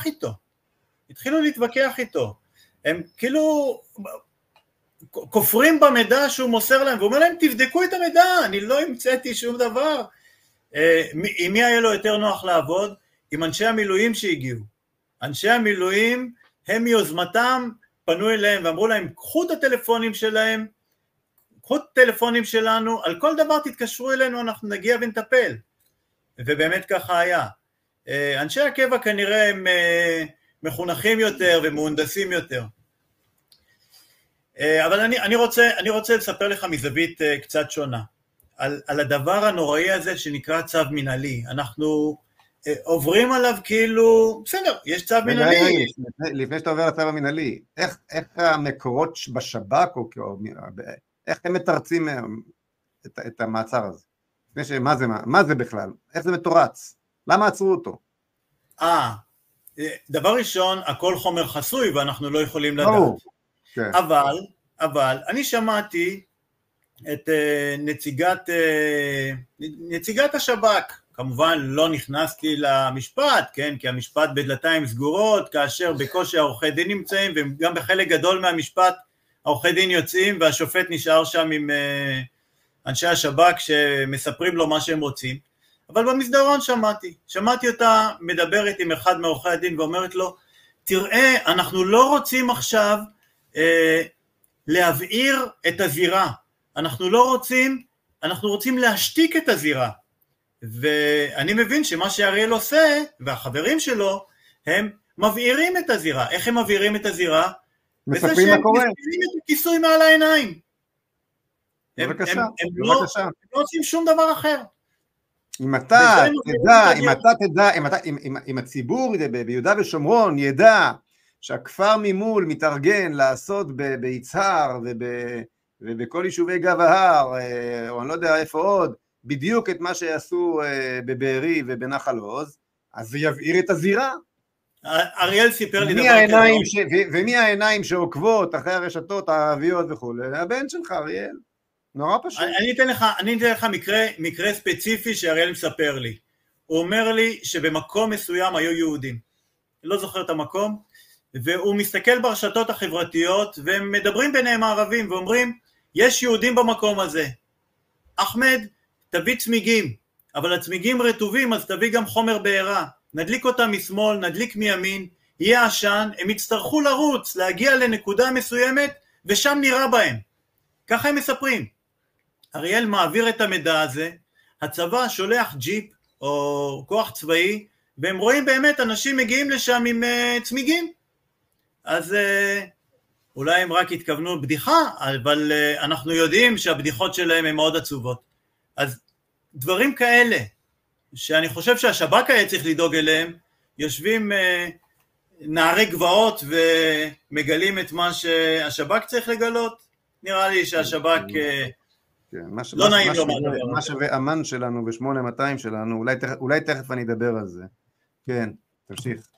להתווכח איתו. הם כאילו כופרים במידע שהוא מוסר להם, ואומר להם תבדקו את המידע, אני לא המצאתי שום דבר. עם מי היה לו יותר נוח לעבוד? עם אנשי המילואים שהגיעו. אנשי המילואים הם מיוזמתם פנו אליהם ואמרו להם קחו את הטלפונים שלהם, קחו את הטלפונים שלנו, על כל דבר תתקשרו אלינו, אנחנו נגיע ונטפל. ובאמת ככה היה. אנשי הקבע כנראה הם מחונכים יותר ומהונדסים יותר. אבל אני רוצה לספר לך מזווית קצת שונה, על הדבר הנוראי הזה שנקרא צו מנהלי. אנחנו עוברים עליו כאילו, בסדר, יש צו מנהלי.
לפני שאתה עובר לצו המנהלי, איך המקורות בשב"כ, איך הם מתרצים את המעצר הזה? מה זה בכלל? איך זה מתורץ? למה עצרו אותו?
דבר ראשון, הכל חומר חסוי ואנחנו לא יכולים לדעת.
כן.
אבל אני שמעתי את נציגת השב"כ, כמובן לא נכנסתי למשפט, כן, כי המשפט בדלתיים סגורות, כאשר בקושי העורכי דין נמצאים, וגם בחלק גדול מהמשפט העורכי דין יוצאים, והשופט נשאר שם עם אנשי השב"כ שמספרים לו מה שהם רוצים. אבל במסדרון שמעתי אותה מדברת עם אחד מעורכי הדין ואומרת לו, תראה, אנחנו לא רוצים עכשיו להבעיר את הזירה. אנחנו רוצים להשתיק את הזירה. ואני מבין שמה שאריאל עושה, והחברים שלו, הם מבעירים את הזירה. איך הם מבעירים את הזירה?
מספרים מה קורה.
מספרים את הכיסוי מעל העיניים.
בבקשה,
הם
בבקשה.
לא עושים שום דבר אחר.
אם הציבור ביהודה ושומרון ידע שהכפר ממול מתארגן לעשות ביצהר ובכל יישובי גב ההר, או אני לא יודע איפה עוד, בדיוק את מה שעשו בבארי ובנחל עוז, אז זה יבעיר את הזירה.
אריאל סיפר לי דבר כזה.
ומי העיניים שעוקבות אחרי הרשתות הערביות וכו'? הבן שלך, אריאל. נורא פשוט.
אני אתן לך מקרה ספציפי שאריאל מספר לי. הוא אומר לי שבמקום מסוים היו יהודים. לא זוכר את המקום, והוא מסתכל ברשתות החברתיות, והם מדברים ביניהם הערבים, ואומרים, יש יהודים במקום הזה. אחמד, תביא צמיגים, אבל הצמיגים רטובים, אז תביא גם חומר בעירה. נדליק אותם משמאל, נדליק מימין, יהיה עשן, הם יצטרכו לרוץ, להגיע לנקודה מסוימת, ושם נראה בהם. ככה הם מספרים. אריאל מעביר את המידע הזה, הצבא שולח ג'יפ או כוח צבאי, והם רואים באמת אנשים מגיעים לשם עם צמיגים. אז אולי הם רק התכוונו בדיחה, אבל אנחנו יודעים שהבדיחות שלהם הן מאוד עצובות. אז דברים כאלה, שאני חושב שהשב"כ היה צריך לדאוג אליהם, יושבים נערי גבעות ומגלים את מה שהשב"כ צריך לגלות. נראה לי שהשב"כ לא נעים לו מה
מה שווה אמן שלנו ב-8200 שלנו, אולי תכף אני אדבר על זה. כן, תמשיך.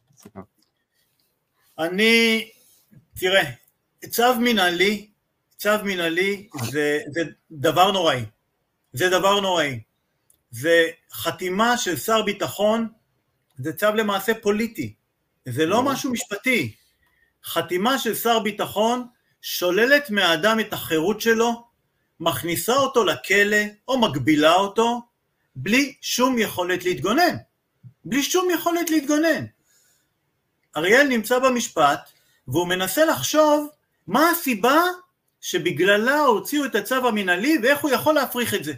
תראה, צו מנהלי זה דבר נוראי. זה דבר נוראי. זה חתימה של שר ביטחון, זה צו למעשה פוליטי. זה לא משהו משפטי. חתימה של שר ביטחון שוללת מהאדם את החירות שלו, מכניסה אותו לכלא או מגבילה אותו, בלי שום יכולת להתגונן. בלי שום יכולת להתגונן. אריאל נמצא במשפט, והוא מנסה לחשוב מה הסיבה שבגללה הוציאו את הצו המנהלי, ואיך הוא יכול להפריך את זה.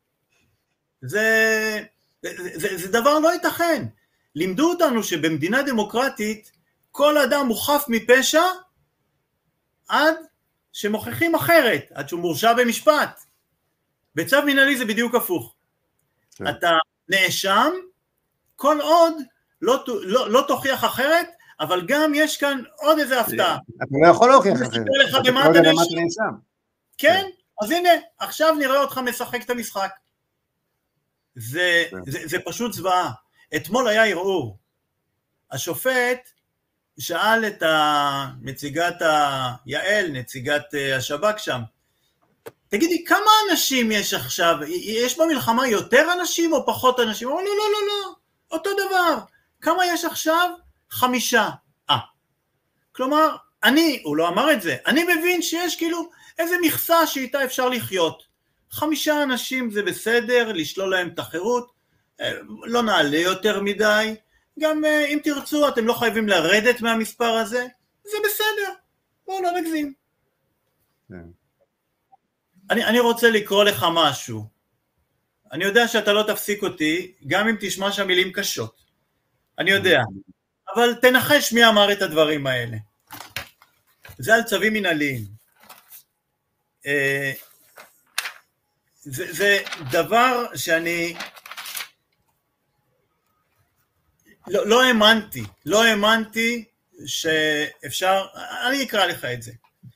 זה דבר לא ייתכן. לימדו אותנו שבמדינה דמוקרטית, כל אדם הוא חף מפשע, עד שמוכיחים אחרת, עד שהוא מורשע במשפט. בצו מנהלי זה בדיוק הפוך. כן. אתה נאשם, כל עוד לא תוכיח אחרת, אבל גם יש כאן עוד איזה הפתעה.
אתה לא יכול להוכיח אחרת.
אתה לא יודע למה אתה נאשם. כן, אז הנה, עכשיו נראה אותך משחק את המשחק. זה פשוט זוועה. אתמול היה ערעור. השופט שאל את יעל, נציגת השב"כ שם, תגידי, כמה אנשים יש עכשיו? יש במלחמה יותר אנשים או פחות אנשים? הוא אומר, לא, אותו דבר. כמה יש עכשיו? 5. כלומר, הוא לא אמר את זה, אני מבין שיש כאילו איזה מכסה שאיתה אפשר לחיות. 5 אנשים זה בסדר, לשלול להם את החירות, לא נעלה יותר מדי, גם אם תרצו אתם לא חייבים לרדת מהמספר הזה, זה בסדר, בואו לא נגזים. אני רוצה לקרוא לך משהו, אני יודע שאתה לא תפסיק אותי, גם אם תשמע שם מילים קשות, אני יודע, אבל תנחש מי אמר את הדברים האלה. זה על צווים מנהליים. זה דבר שאני לא האמנתי שאפשר, אני אקרא לך את זה.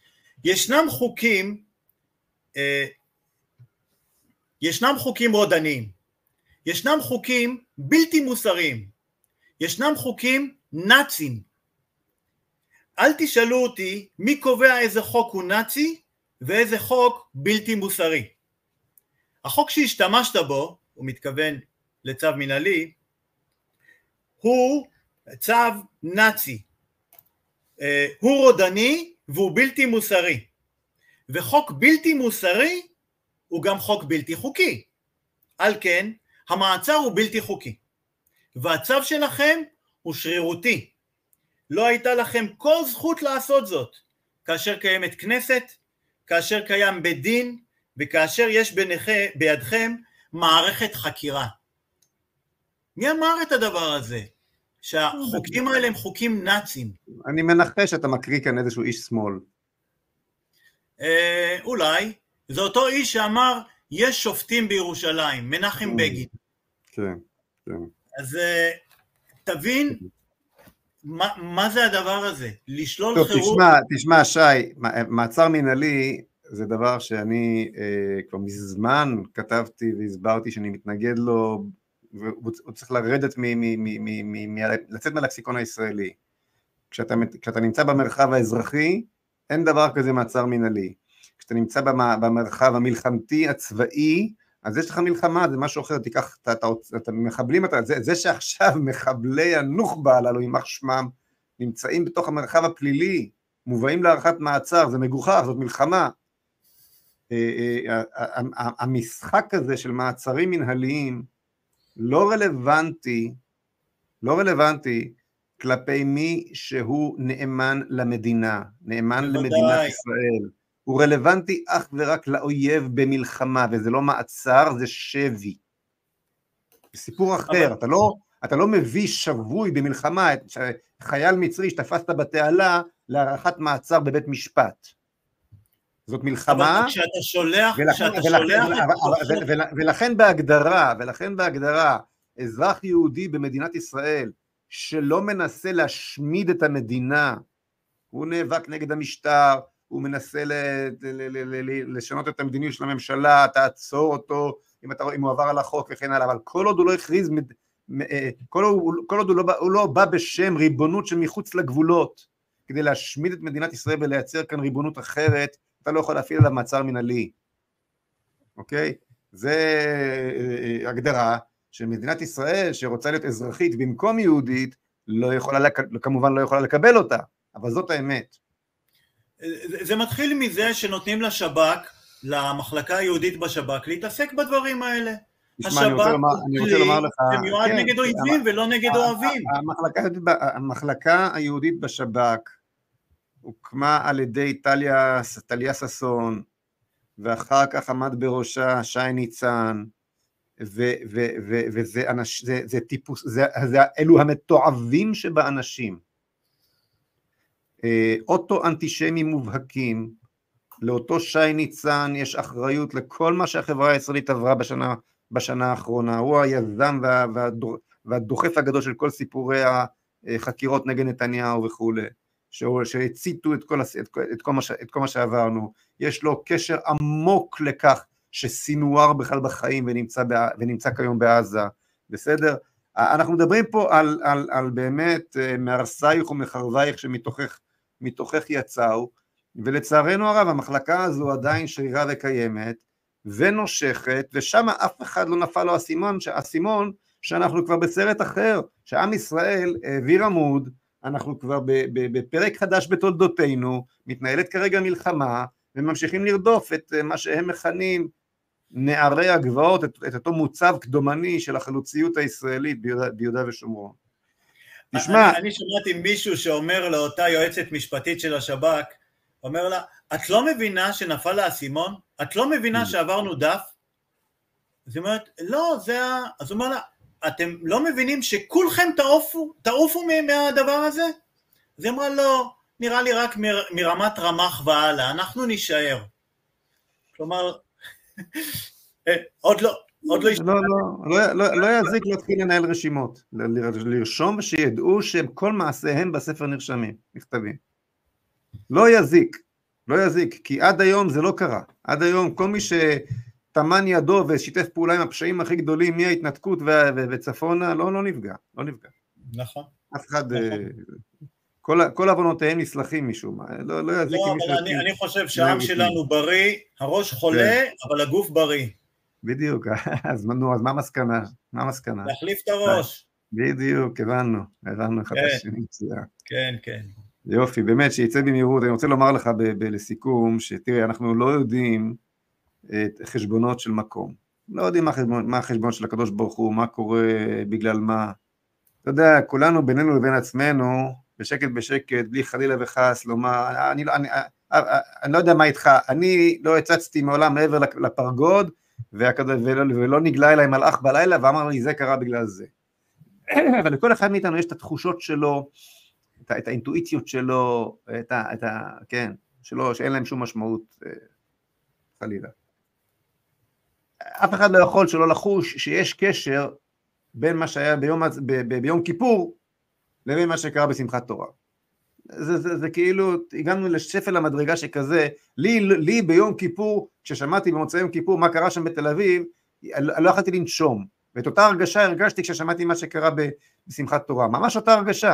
ישנם חוקים רודניים, ישנם חוקים בלתי מוסריים, ישנם חוקים נאצים. אל תשאלו אותי מי קובע איזה חוק הוא נאצי ואיזה חוק בלתי מוסרי. החוק שהשתמשת בו, הוא מתכוון לצו מנהלי, הוא צו נאצי, הוא רודני והוא בלתי מוסרי, וחוק בלתי מוסרי הוא גם חוק בלתי חוקי, על כן המעצר הוא בלתי חוקי, והצו שלכם הוא שרירותי, לא הייתה לכם כל זכות לעשות זאת, כאשר קיימת כנסת, כאשר קיים בית דין, וכאשר יש בידכם מערכת חקירה. מי אמר את הדבר הזה? שהחוקים האלה הם חוקים נאציים.
אני מנחש שאתה מקריא כאן איזשהו איש שמאל.
אולי. זה אותו איש שאמר, יש שופטים בירושלים, מנחם בגין.
כן, כן.
אז תבין מה זה הדבר הזה, לשלול חירות.
תשמע שי, מעצר מנהלי זה דבר שאני כבר מזמן כתבתי והסברתי שאני מתנגד לו, והוא צריך לרדת, לצאת מהלקסיקון הישראלי. כשאתה נמצא במרחב האזרחי, אין דבר כזה מעצר מנהלי. כשאתה נמצא במרחב המלחמתי הצבאי, אז יש לך מלחמה, זה משהו אחר, תיקח, אתה מחבלים, זה שעכשיו מחבלי הנוח'בה הללו, יימח שמם, נמצאים בתוך המרחב הפלילי, מובאים להארכת מעצר, זה מגוחך, זאת מלחמה. המשחק הזה של מעצרים מנהליים, לא רלוונטי כלפי מי שהוא נאמן למדינה, נאמן למדינת ישראל. הוא רלוונטי אך ורק לאויב במלחמה, וזה לא מעצר, זה שבי. סיפור אחר, אתה לא מביא שבוי במלחמה, חייל מצרי שתפסת בתעלה להארכת מעצר בבית משפט. זאת מלחמה, ולכן בהגדרה, אזרח יהודי במדינת ישראל, שלא מנסה להשמיד את המדינה, הוא נאבק נגד המשטר, הוא מנסה לשנות את המדיניות של הממשלה, תעצור אותו, אם הוא עבר על החוק וכן הלאה, אבל כל עוד הוא לא הכריז, כל עוד הוא לא בא בשם ריבונות שמחוץ לגבולות, כדי להשמיד את מדינת ישראל ולייצר כאן ריבונות אחרת, אתה לא יכול להפעיל עליו מעצר מנהלי. אוקיי? זה הגדרה של מדינת ישראל שרוצה להיות אזרחית במקום יהודית, כמובן לא יכולה לקבל אותה, אבל זאת האמת.
זה מתחיל מזה שנותנים לשב"כ, למחלקה היהודית בשב"כ, להתעסק בדברים האלה. השב"כ זה מיועד נגד אויבים ולא נגד אוהבים.
המחלקה היהודית בשב"כ הוקמה על ידי טליה ששון, ואחר כך עמד בראשה שי ניצן, וזה טיפוס, אלו המתועבים שבאנשים. אוטו אנטישמי מובהקים, לאותו שי ניצן יש אחריות לכל מה שהחברה הישראלית עברה בשנה האחרונה, הוא היזם והדוחף הגדול של כל סיפורי החקירות נגד נתניהו וכו', שהציתו את כל מה שעברנו, יש לו קשר עמוק לכך שסינואר בכלל בחיים ונמצא כיום בעזה, בסדר? אנחנו מדברים פה על באמת מהרסייך ומחרבייך שמתוכך יצאו, ולצערנו הרב המחלקה הזו עדיין שרירה וקיימת ונושכת, ושם אף אחד לא נפל לו הסימון שאנחנו כבר בסרט אחר, שעם ישראל העביר עמוד, אנחנו כבר בפרק חדש בתולדותינו, מתנהלת כרגע מלחמה, וממשיכים לרדוף את מה שהם מכנים נערי הגבעות, את אותו מוצב קדומני של החלוציות הישראלית ביהודה ושומרון.
תשמע, אני שמעתי מישהו שאומר לאותה יועצת משפטית של השב"כ, אומר לה, את לא מבינה שנפל לה הסימון? את לא מבינה שעברנו דף? אז היא אומרת, לא, אז הוא אומר לה, אתם לא מבינים שכולכם תעופו מהדבר הזה? אז היא אמרה, לא, נראה לי רק מרמת רמ"ח והלאה, אנחנו נשאר. כלומר, עוד לא
יזיק להתחיל לנהל רשימות, לרשום ושידעו שכל מעשיהם בספר נרשמים, נכתבים. לא יזיק, כי עד היום זה לא קרה. עד היום כל מי שתמן ידו ושיתף פעולה עם הפשעים הכי גדולים מההתנתקות וצפונה, לא נפגע.
נכון.
אף אחד, כל עוונותיהם נסלחים משום מה. לא יזיק.
לא, אבל אני חושב שהעם שלנו בריא, הראש חולה, אבל הגוף בריא.
בדיוק, אז מה המסקנה?
להחליף את הראש.
בדיוק, הבנו אחד השני.
כן.
יופי, באמת שיצא במהירות. אני רוצה לומר לך לסיכום, שתראה, אנחנו לא יודעים את חשבונות של מקום, לא יודעים מה החשבון של הקדוש ברוך הוא, מה קורה בגלל מה, אתה יודע, כולנו בינינו לבין עצמנו, בשקט בשקט, בלי חלילה וחס, לומר, אני לא יודע מה איתך, אני לא הצצתי מעולם מעבר לפרגוד, ולא נגלה אליי מלאך בלילה, ואמר לי, זה קרה בגלל זה. אבל לכל אחד מאיתנו יש את התחושות שלו, את האינטואיציות שלו, כן, שלו, שאין להם שום משמעות, חלילה. אף אחד לא יכול שלא לחוש שיש קשר בין מה שהיה ביום כיפור, לבין מה שקרה בשמחת תורה. זה כאילו, הגענו לשפל המדרגה שכזה, לי ביום כיפור, כששמעתי במוצאי יום כיפור מה קרה שם בתל אביב, לא יכולתי לנשום, ואת אותה הרגשה הרגשתי כששמעתי מה שקרה בשמחת תורה, ממש אותה הרגשה.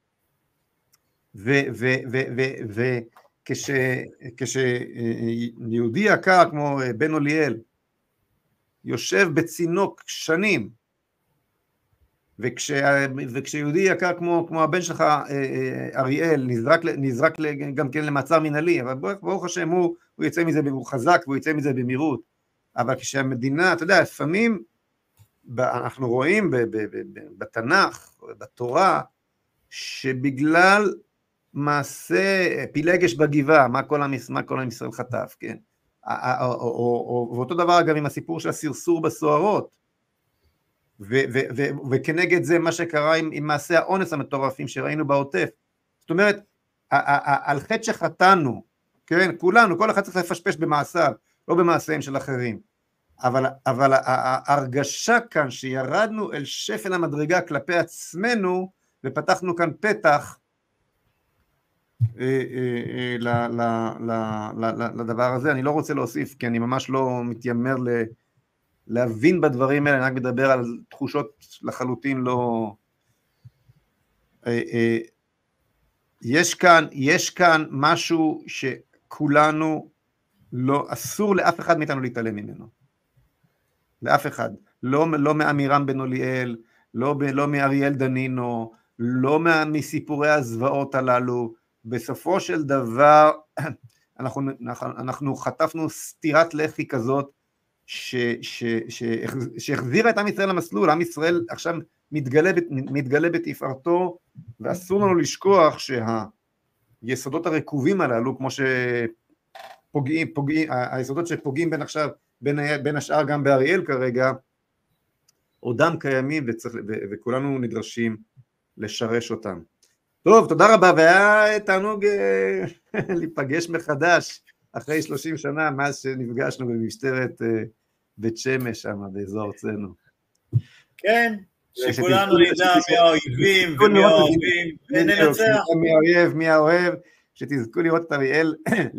וכשיהודי יקר כמו בן אוליאל, יושב בצינוק שנים, וכשיהודי יקר כמו הבן שלך אריאל נזרק גם כן למעצר מנהלי, אבל ברוך השם הוא יצא מזה, הוא חזק והוא יצא מזה במהירות, אבל כשהמדינה, אתה יודע, לפעמים אנחנו רואים בתנ"ך, בתורה, שבגלל מעשה פילגש בגבעה, מה כל עם ישראל חטף, כן? ואותו דבר אגב עם הסיפור של הסרסור בסוהרות, וכנגד זה מה שקרה עם מעשה האונס המטורפים שראינו בעוטף. זאת אומרת, על חטא שחטאנו, כן, כולנו, כל אחד צריך לפשפש במעשיו, לא במעשיהם של אחרים, אבל ההרגשה כאן שירדנו אל שפל המדרגה כלפי עצמנו, ופתחנו כאן פתח לדבר הזה. אני לא רוצה להוסיף, כי אני ממש לא מתיימר להבין בדברים האלה, אני רק מדבר על תחושות לחלוטין לא... יש כאן משהו שכולנו לא, אסור לאף אחד מאיתנו להתעלם ממנו. לאף אחד. לא מאמירם בן אוליאל, לא מאריאל דנינו, לא מסיפורי הזוועות הללו. בסופו של דבר, אנחנו חטפנו סתירת לחי כזאת, שהחזירה את עם ישראל למסלול. עם ישראל עכשיו מתגלה בתפארתו, ואסור לנו לשכוח שהיסודות הרקובים הללו, כמו שפוגעים, היסודות שפוגעים בין השאר גם באריאל כרגע, עודם קיימים וכולנו נדרשים לשרש אותם. טוב, תודה רבה, והיה תענוג להיפגש מחדש אחרי 30 שנה מאז שנפגשנו במשטרת בית שמש שם באזור ארצנו.
כן, שכולנו נדע מי האויבים ומי האוהבים וננצח.
מי האויב, מי האוהב, שתזכו לראות את אריאל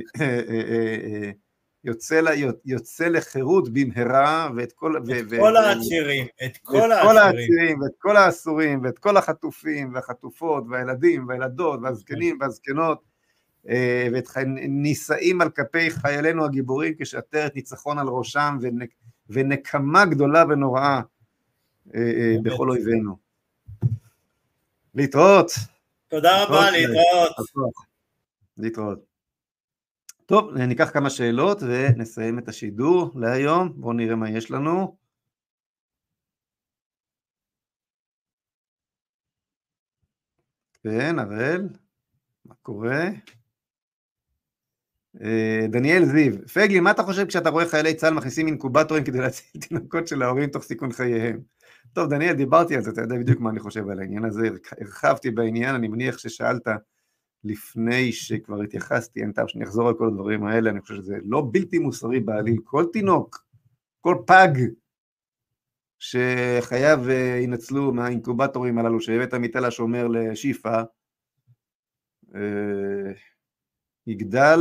יוצא לחירות במהרה, ואת כל
העצירים, את כל
העצירים, ואת כל האסורים, ואת כל החטופים והחטופות והילדים והילדות והזקנים והזקנות, ואת נישאים על כפי חיילינו הגיבורים כשעטרת ניצחון על ראשם, ונקמה גדולה ונוראה בכל אויבינו. להתראות.
תודה רבה,
להתראות. טוב, ניקח כמה שאלות ונסיים את השידור להיום. בואו נראה מה יש לנו. כן, הראל, מה קורה? דניאל זיו, פגלי, מה אתה חושב כשאתה רואה חיילי צה"ל מכניסים אינקובטורים כדי להציל תינוקות של ההורים תוך סיכון חייהם? טוב, דניאל, דיברתי על זה, אתה יודע בדיוק מה אני חושב על העניין הזה, הרחבתי בעניין, אני מניח ששאלת לפני שכבר התייחסתי, אין טעם שאני אחזור על כל הדברים האלה, אני חושב שזה לא בלתי מוסרי בעליל, כל תינוק, כל פג שחייב ינצלו מהאינקובטורים הללו, שהבאת מתל השומר לשיפה, יגדל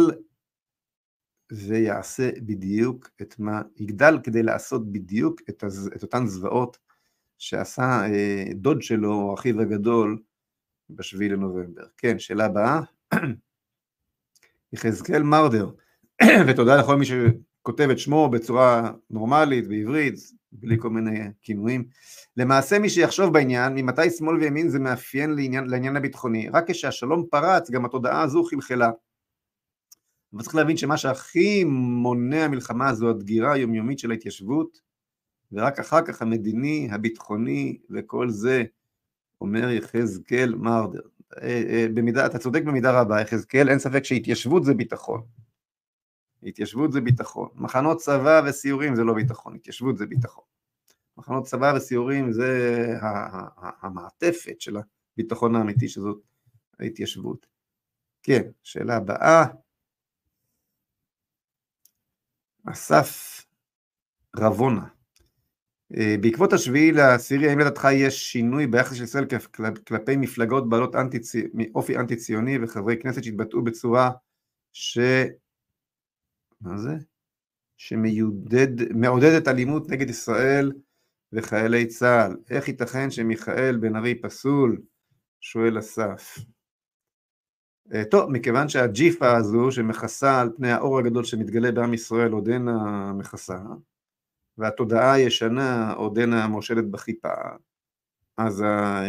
ויעשה בדיוק את מה, יגדל כדי לעשות בדיוק את אותן זוועות שעשה דוד שלו, או אחיו הגדול, ב7 לנובמבר. כן, שאלה הבאה. יחזקאל מרדר, ותודה לכל מי שכותב את שמו בצורה נורמלית, בעברית, בלי כל מיני כינויים. למעשה מי שיחשוב בעניין, ממתי שמאל וימין זה מאפיין לעניין הביטחוני, רק כשהשלום פרץ, גם התודעה הזו חלחלה. אבל צריך להבין שמה שהכי מונע מלחמה זו הדגירה היומיומית של ההתיישבות, ורק אחר כך המדיני, הביטחוני וכל זה, אומר יחזקאל מרדר. אתה צודק במידה רבה, יחזקאל, אין ספק שהתיישבות זה ביטחון. התיישבות זה ביטחון. מחנות צבא וסיורים זה לא ביטחון, התיישבות זה ביטחון. מחנות צבא וסיורים זה המעטפת של הביטחון האמיתי, שזאת ההתיישבות. כן, שאלה הבאה. אסף רבונה. בעקבות השביעי לעשירי, האם לדעתך יש שינוי ביחס של ישראל כלפי מפלגות בעלות אופי אנטי ציוני וחברי כנסת שהתבטאו בצורה מה זה? שמעודדת אלימות נגד ישראל וחיילי צה"ל? איך ייתכן שמיכאל בן ארי פסול? שואל אסף. טוב, מכיוון שהג'יפה הזו שמכסה על פני האור הגדול שמתגלה בעם ישראל עודנה מכסה, והתודעה הישנה עודנה מושלת בחיפה, אז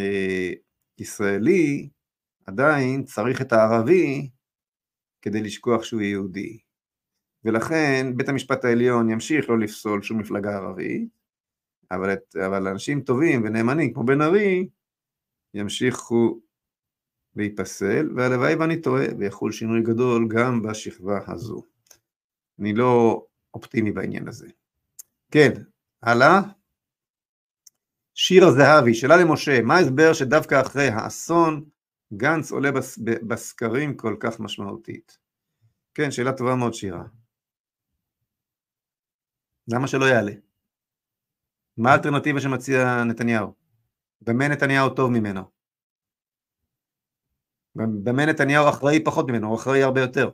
הישראלי עדיין צריך את הערבי כדי לשכוח שהוא יהודי. ולכן בית המשפט העליון ימשיך לא לפסול שום מפלגה ערבית, אבל אנשים טובים ונאמנים כמו בן ארי ימשיכו להיפסל, והלוואי ואני טועה ויחול שינוי גדול גם בשכבה הזו. אני לא אופטימי בעניין הזה. כן, הלאה. שיר הזהבי, שאלה למשה, מה ההסבר שדווקא אחרי האסון גנץ עולה בסקרים כל כך משמעותית? כן, שאלה טובה מאוד שירה. למה שלא יעלה? מה האלטרנטיבה שמציע נתניהו? במה נתניהו טוב ממנו? במה נתניהו אחראי פחות ממנו? הוא אחראי הרבה יותר.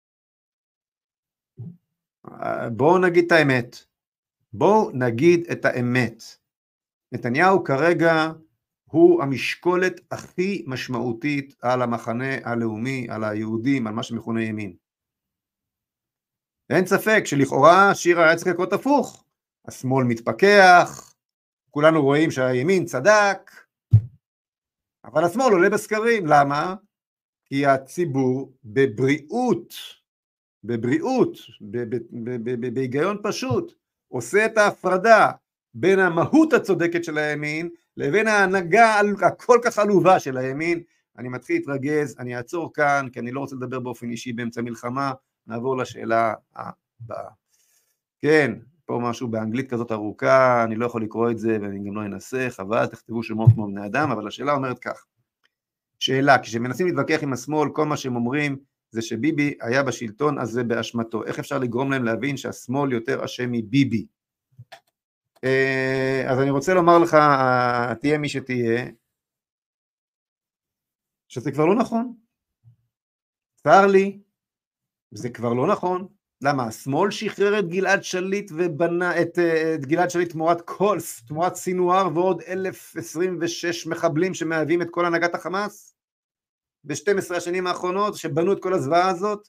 בואו נגיד את האמת. בואו נגיד את האמת. נתניהו כרגע הוא המשקולת הכי משמעותית על המחנה הלאומי, על היהודים, על מה שמכונה ימין. אין ספק שלכאורה שירה היה צריך לקרות הפוך. השמאל מתפכח, כולנו רואים שהימין צדק, אבל השמאל עולה בסקרים. למה? כי הציבור בבריאות, בהיגיון פשוט, עושה את ההפרדה בין המהות הצודקת של הימין לבין ההנהגה הכל כך עלובה של הימין. אני מתחיל להתרגז, אני אעצור כאן, כי אני לא רוצה לדבר באופן אישי באמצע מלחמה. נעבור לשאלה הבאה. כן, פה משהו באנגלית כזאת ארוכה, אני לא יכול לקרוא את זה ואני גם לא אנסה, חבל, תכתבו שמות כמו בני אדם, אבל השאלה אומרת כך. שאלה, כשמנסים להתווכח עם השמאל, כל מה שהם אומרים זה שביבי היה בשלטון, אז זה באשמתו. איך אפשר לגרום להם להבין שהשמאל יותר אשם מביבי? אז אני רוצה לומר לך, תהיה מי שתהיה, שזה כבר לא נכון. צר לי, זה כבר לא נכון. למה? השמאל שחרר את גלעד שליט ובנה את גלעד שליט תמורת סינואר ועוד 1,026 מחבלים שמהווים את כל הנהגת החמאס ב-12 השנים האחרונות, שבנו את כל הזוועה הזאת,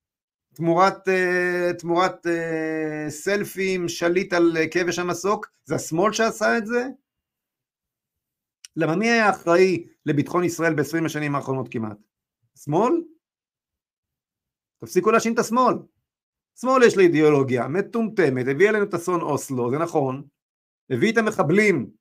תמורת סלפים, שליט על כבש המסוק. זה השמאל שעשה את זה? למה מי היה אחראי לביטחון ישראל ב-20 השנים האחרונות כמעט? שמאל? תפסיקו להאשים את השמאל. שמאל יש לה אידיאולוגיה מטומטמת, הביא אלינו את אסון אוסלו, זה נכון, הביא את המחבלים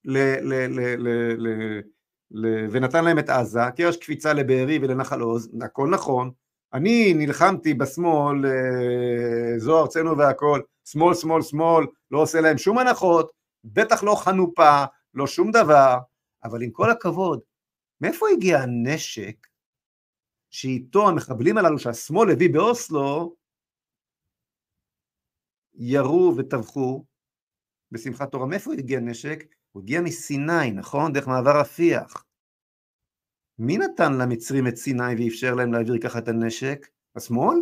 ונתן להם את עזה, קרש קפיצה לבארי ולנחל עוז, הכל נכון. אני נלחמתי בשמאל, זו ארצנו והכל, שמאל, שמאל, שמאל, לא עושה להם שום הנחות, בטח לא חנופה, לא שום דבר, אבל עם כל הכבוד, מאיפה הגיע הנשק שאיתו המחבלים הללו שהשמאל הביא באוסלו, ירו וטבחו בשמחת תורה? מאיפה הגיע נשק? הוא הגיע מסיני, נכון? דרך מעבר רפיח. מי נתן למצרים את סיני ואפשר להם להעביר ככה את הנשק? השמאל?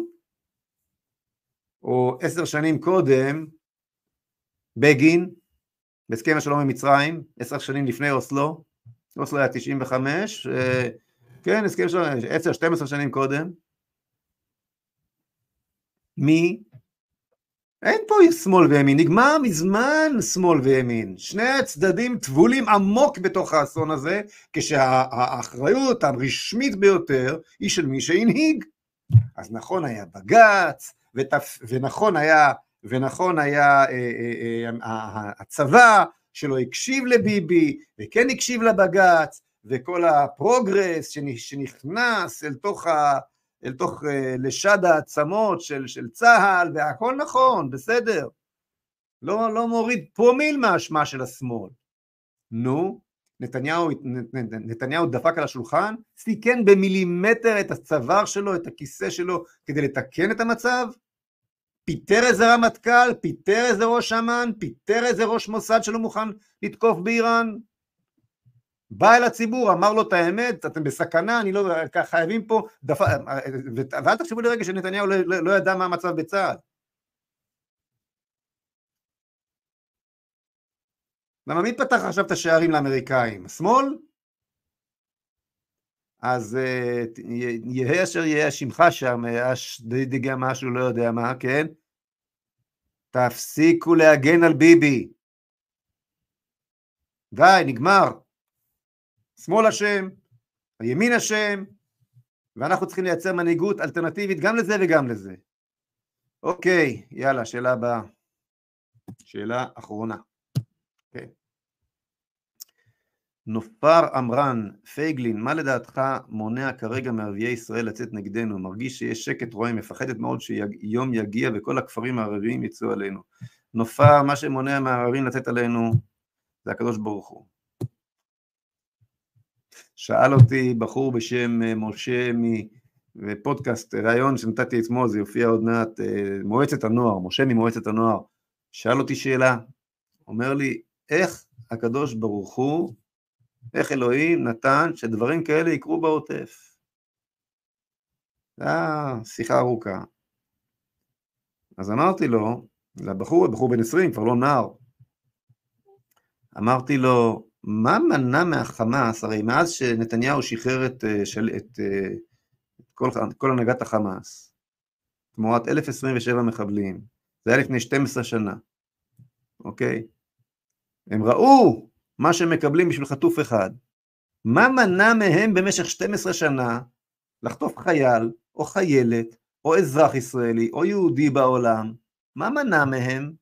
או 10 שנים קודם, בגין, בהסכם השלום עם מצרים, 10 שנים לפני אוסלו, אוסלו היה 95, כן, הסכם שלום, 10-12 שנים קודם, מי? אין פה שמאל וימין, נגמר מזמן שמאל וימין, שני הצדדים טבולים עמוק בתוך האסון הזה, כשהאחריות הרשמית ביותר היא של מי שהנהיג. אז נכון היה בג"ץ, ונכון היה הצבא שלא הקשיב לביבי, וכן הקשיב לבג"ץ, וכל הפרוגרס שנכנס אל תוך לשד העצמות של צה"ל, והכל נכון, בסדר. לא מוריד פרומיל מהאשמה של השמאל. נו, נתניהו דפק על השולחן, סיכן במילימטר את הצוואר שלו, את הכיסא שלו, כדי לתקן את המצב, פיטר איזה רמטכ"ל, פיטר איזה ראש אמ"ן, פיטר איזה ראש מוסד שלא מוכן לתקוף באיראן, בא אל הציבור, אמר לו את האמת, אתם בסכנה, אני לא, חייבים פה, ואל תחשבו לרגע שנתניהו לא ידע מה המצב בצה"ל. למה מי פתח עכשיו את השערים לאמריקאים? השמאל? אז יהיה אשר יהיה שמך שם, דגע משהו, לא יודע מה, כן? תפסיקו להגן על ביבי. די, נגמר. שמאל אשם, הימין אשם, ואנחנו צריכים לייצר מנהיגות אלטרנטיבית גם לזה וגם לזה. אוקיי, יאללה, שאלה הבאה. שאלה אחרונה. אוקיי. נופר אמרן, פייגלין, מה לדעתך מונע כרגע מערביי ישראל לצאת נגדנו? מרגיש שיש שקט רועם, מפחדת מאוד שיום יגיע וכל הכפרים הערביים יצאו עלינו. נופר, מה שמונע מהערבים לצאת עלינו זה הקדוש ברוך הוא. שאל אותי בחור בשם משה מפודקאסט, ראיון שנתתי אתמול, זה יופיע עוד מעט, מועצת הנוער, משה ממועצת הנוער, שאל אותי שאלה, אומר לי, איך הקדוש ברוך הוא, איך אלוהים נתן שדברים כאלה יקרו בעוטף? שיחה ארוכה. אז אמרתי לו, לבחור בן 20, כבר לא נער, אמרתי לו, מה מנע מהחמאס, הרי מאז שנתניהו שחרר את כל הנהגת החמאס, תמורת 1,027 מחבלים, זה היה לפני 12 שנה, אוקיי? הם ראו מה שמקבלים בשביל חטוף אחד, מה מנע מהם במשך 12 שנה לחטוף חייל או חיילת או אזרח ישראלי או יהודי בעולם? מה מנע מהם?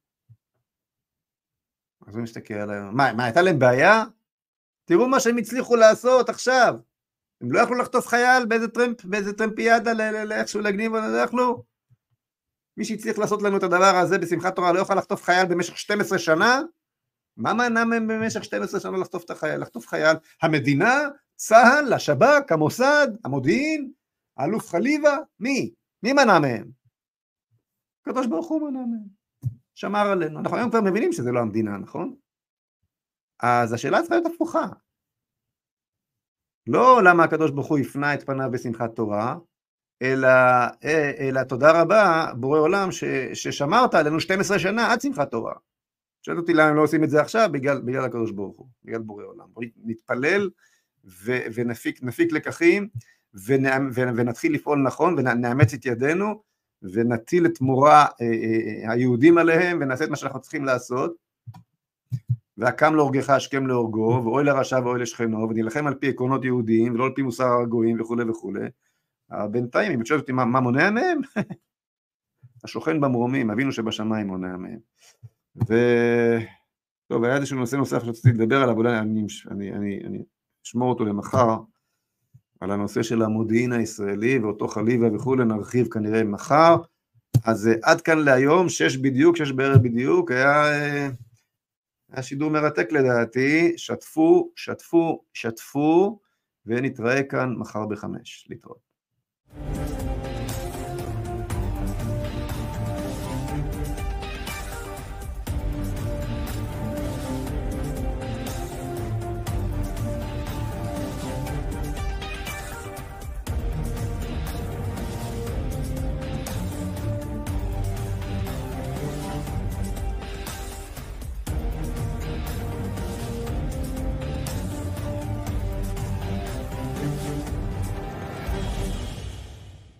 אז הוא מסתכל עליהם, מה הייתה להם בעיה? תראו מה שהם הצליחו לעשות עכשיו, הם לא יכלו לחטוף חייל באיזה טרמפיאדה לאיכשהו להגניב, לא יכלו? מי שהצליח לעשות לנו את הדבר הזה בשמחת תורה לא יוכל לחטוף חייל במשך 12 שנה? מה מנע מהם במשך 12 שנה לחטוף חייל? המדינה, צה"ל, השב"כ, המוסד, המודיעין, האלוף חליבה, מי מנע מהם? הקדוש ברוך הוא מנע מהם, שמר עלינו. אנחנו היום כבר מבינים שזה לא המדינה, נכון? אז השאלה צריכה להיות הפוכה. לא למה הקדוש ברוך הוא יפנה את פניו בשמחת תורה, אלא תודה רבה, בורא עולם, ששמרת עלינו 12 שנה עד שמחת תורה. שואלת אותי למה הם לא עושים את זה עכשיו, בגלל הקדוש ברוך הוא, בגלל בורא עולם. נתפלל ונפיק לקחים, ונתחיל לפעול נכון, ונאמץ את ידינו, ונטיל את מורא היהודים עליהם, ונעשה את מה שאנחנו צריכים לעשות, והקם להורגך השכם להורגו, ואוי לרשע ואוי לשכנו, ונלחם על פי עקרונות יהודיים, ולא על פי מוסר הגויים וכו' וכו'. בינתיים, אם תשאלת אותי מה מונע מהם? השוכן במרומים, אבינו שבשמיים מונע מהם. טוב, היה איזשהו נושא נוסף שרציתי לדבר עליו, אולי אני אשמור אותו למחר, על הנושא של המודיעין הישראלי, ואותו חליבה וכו', נרחיב כנראה מחר. אז עד כאן להיום, 6 בדיוק, היה שידור מרתק לדעתי, שתפו, ונתראה כאן מחר ב-5, להתראות.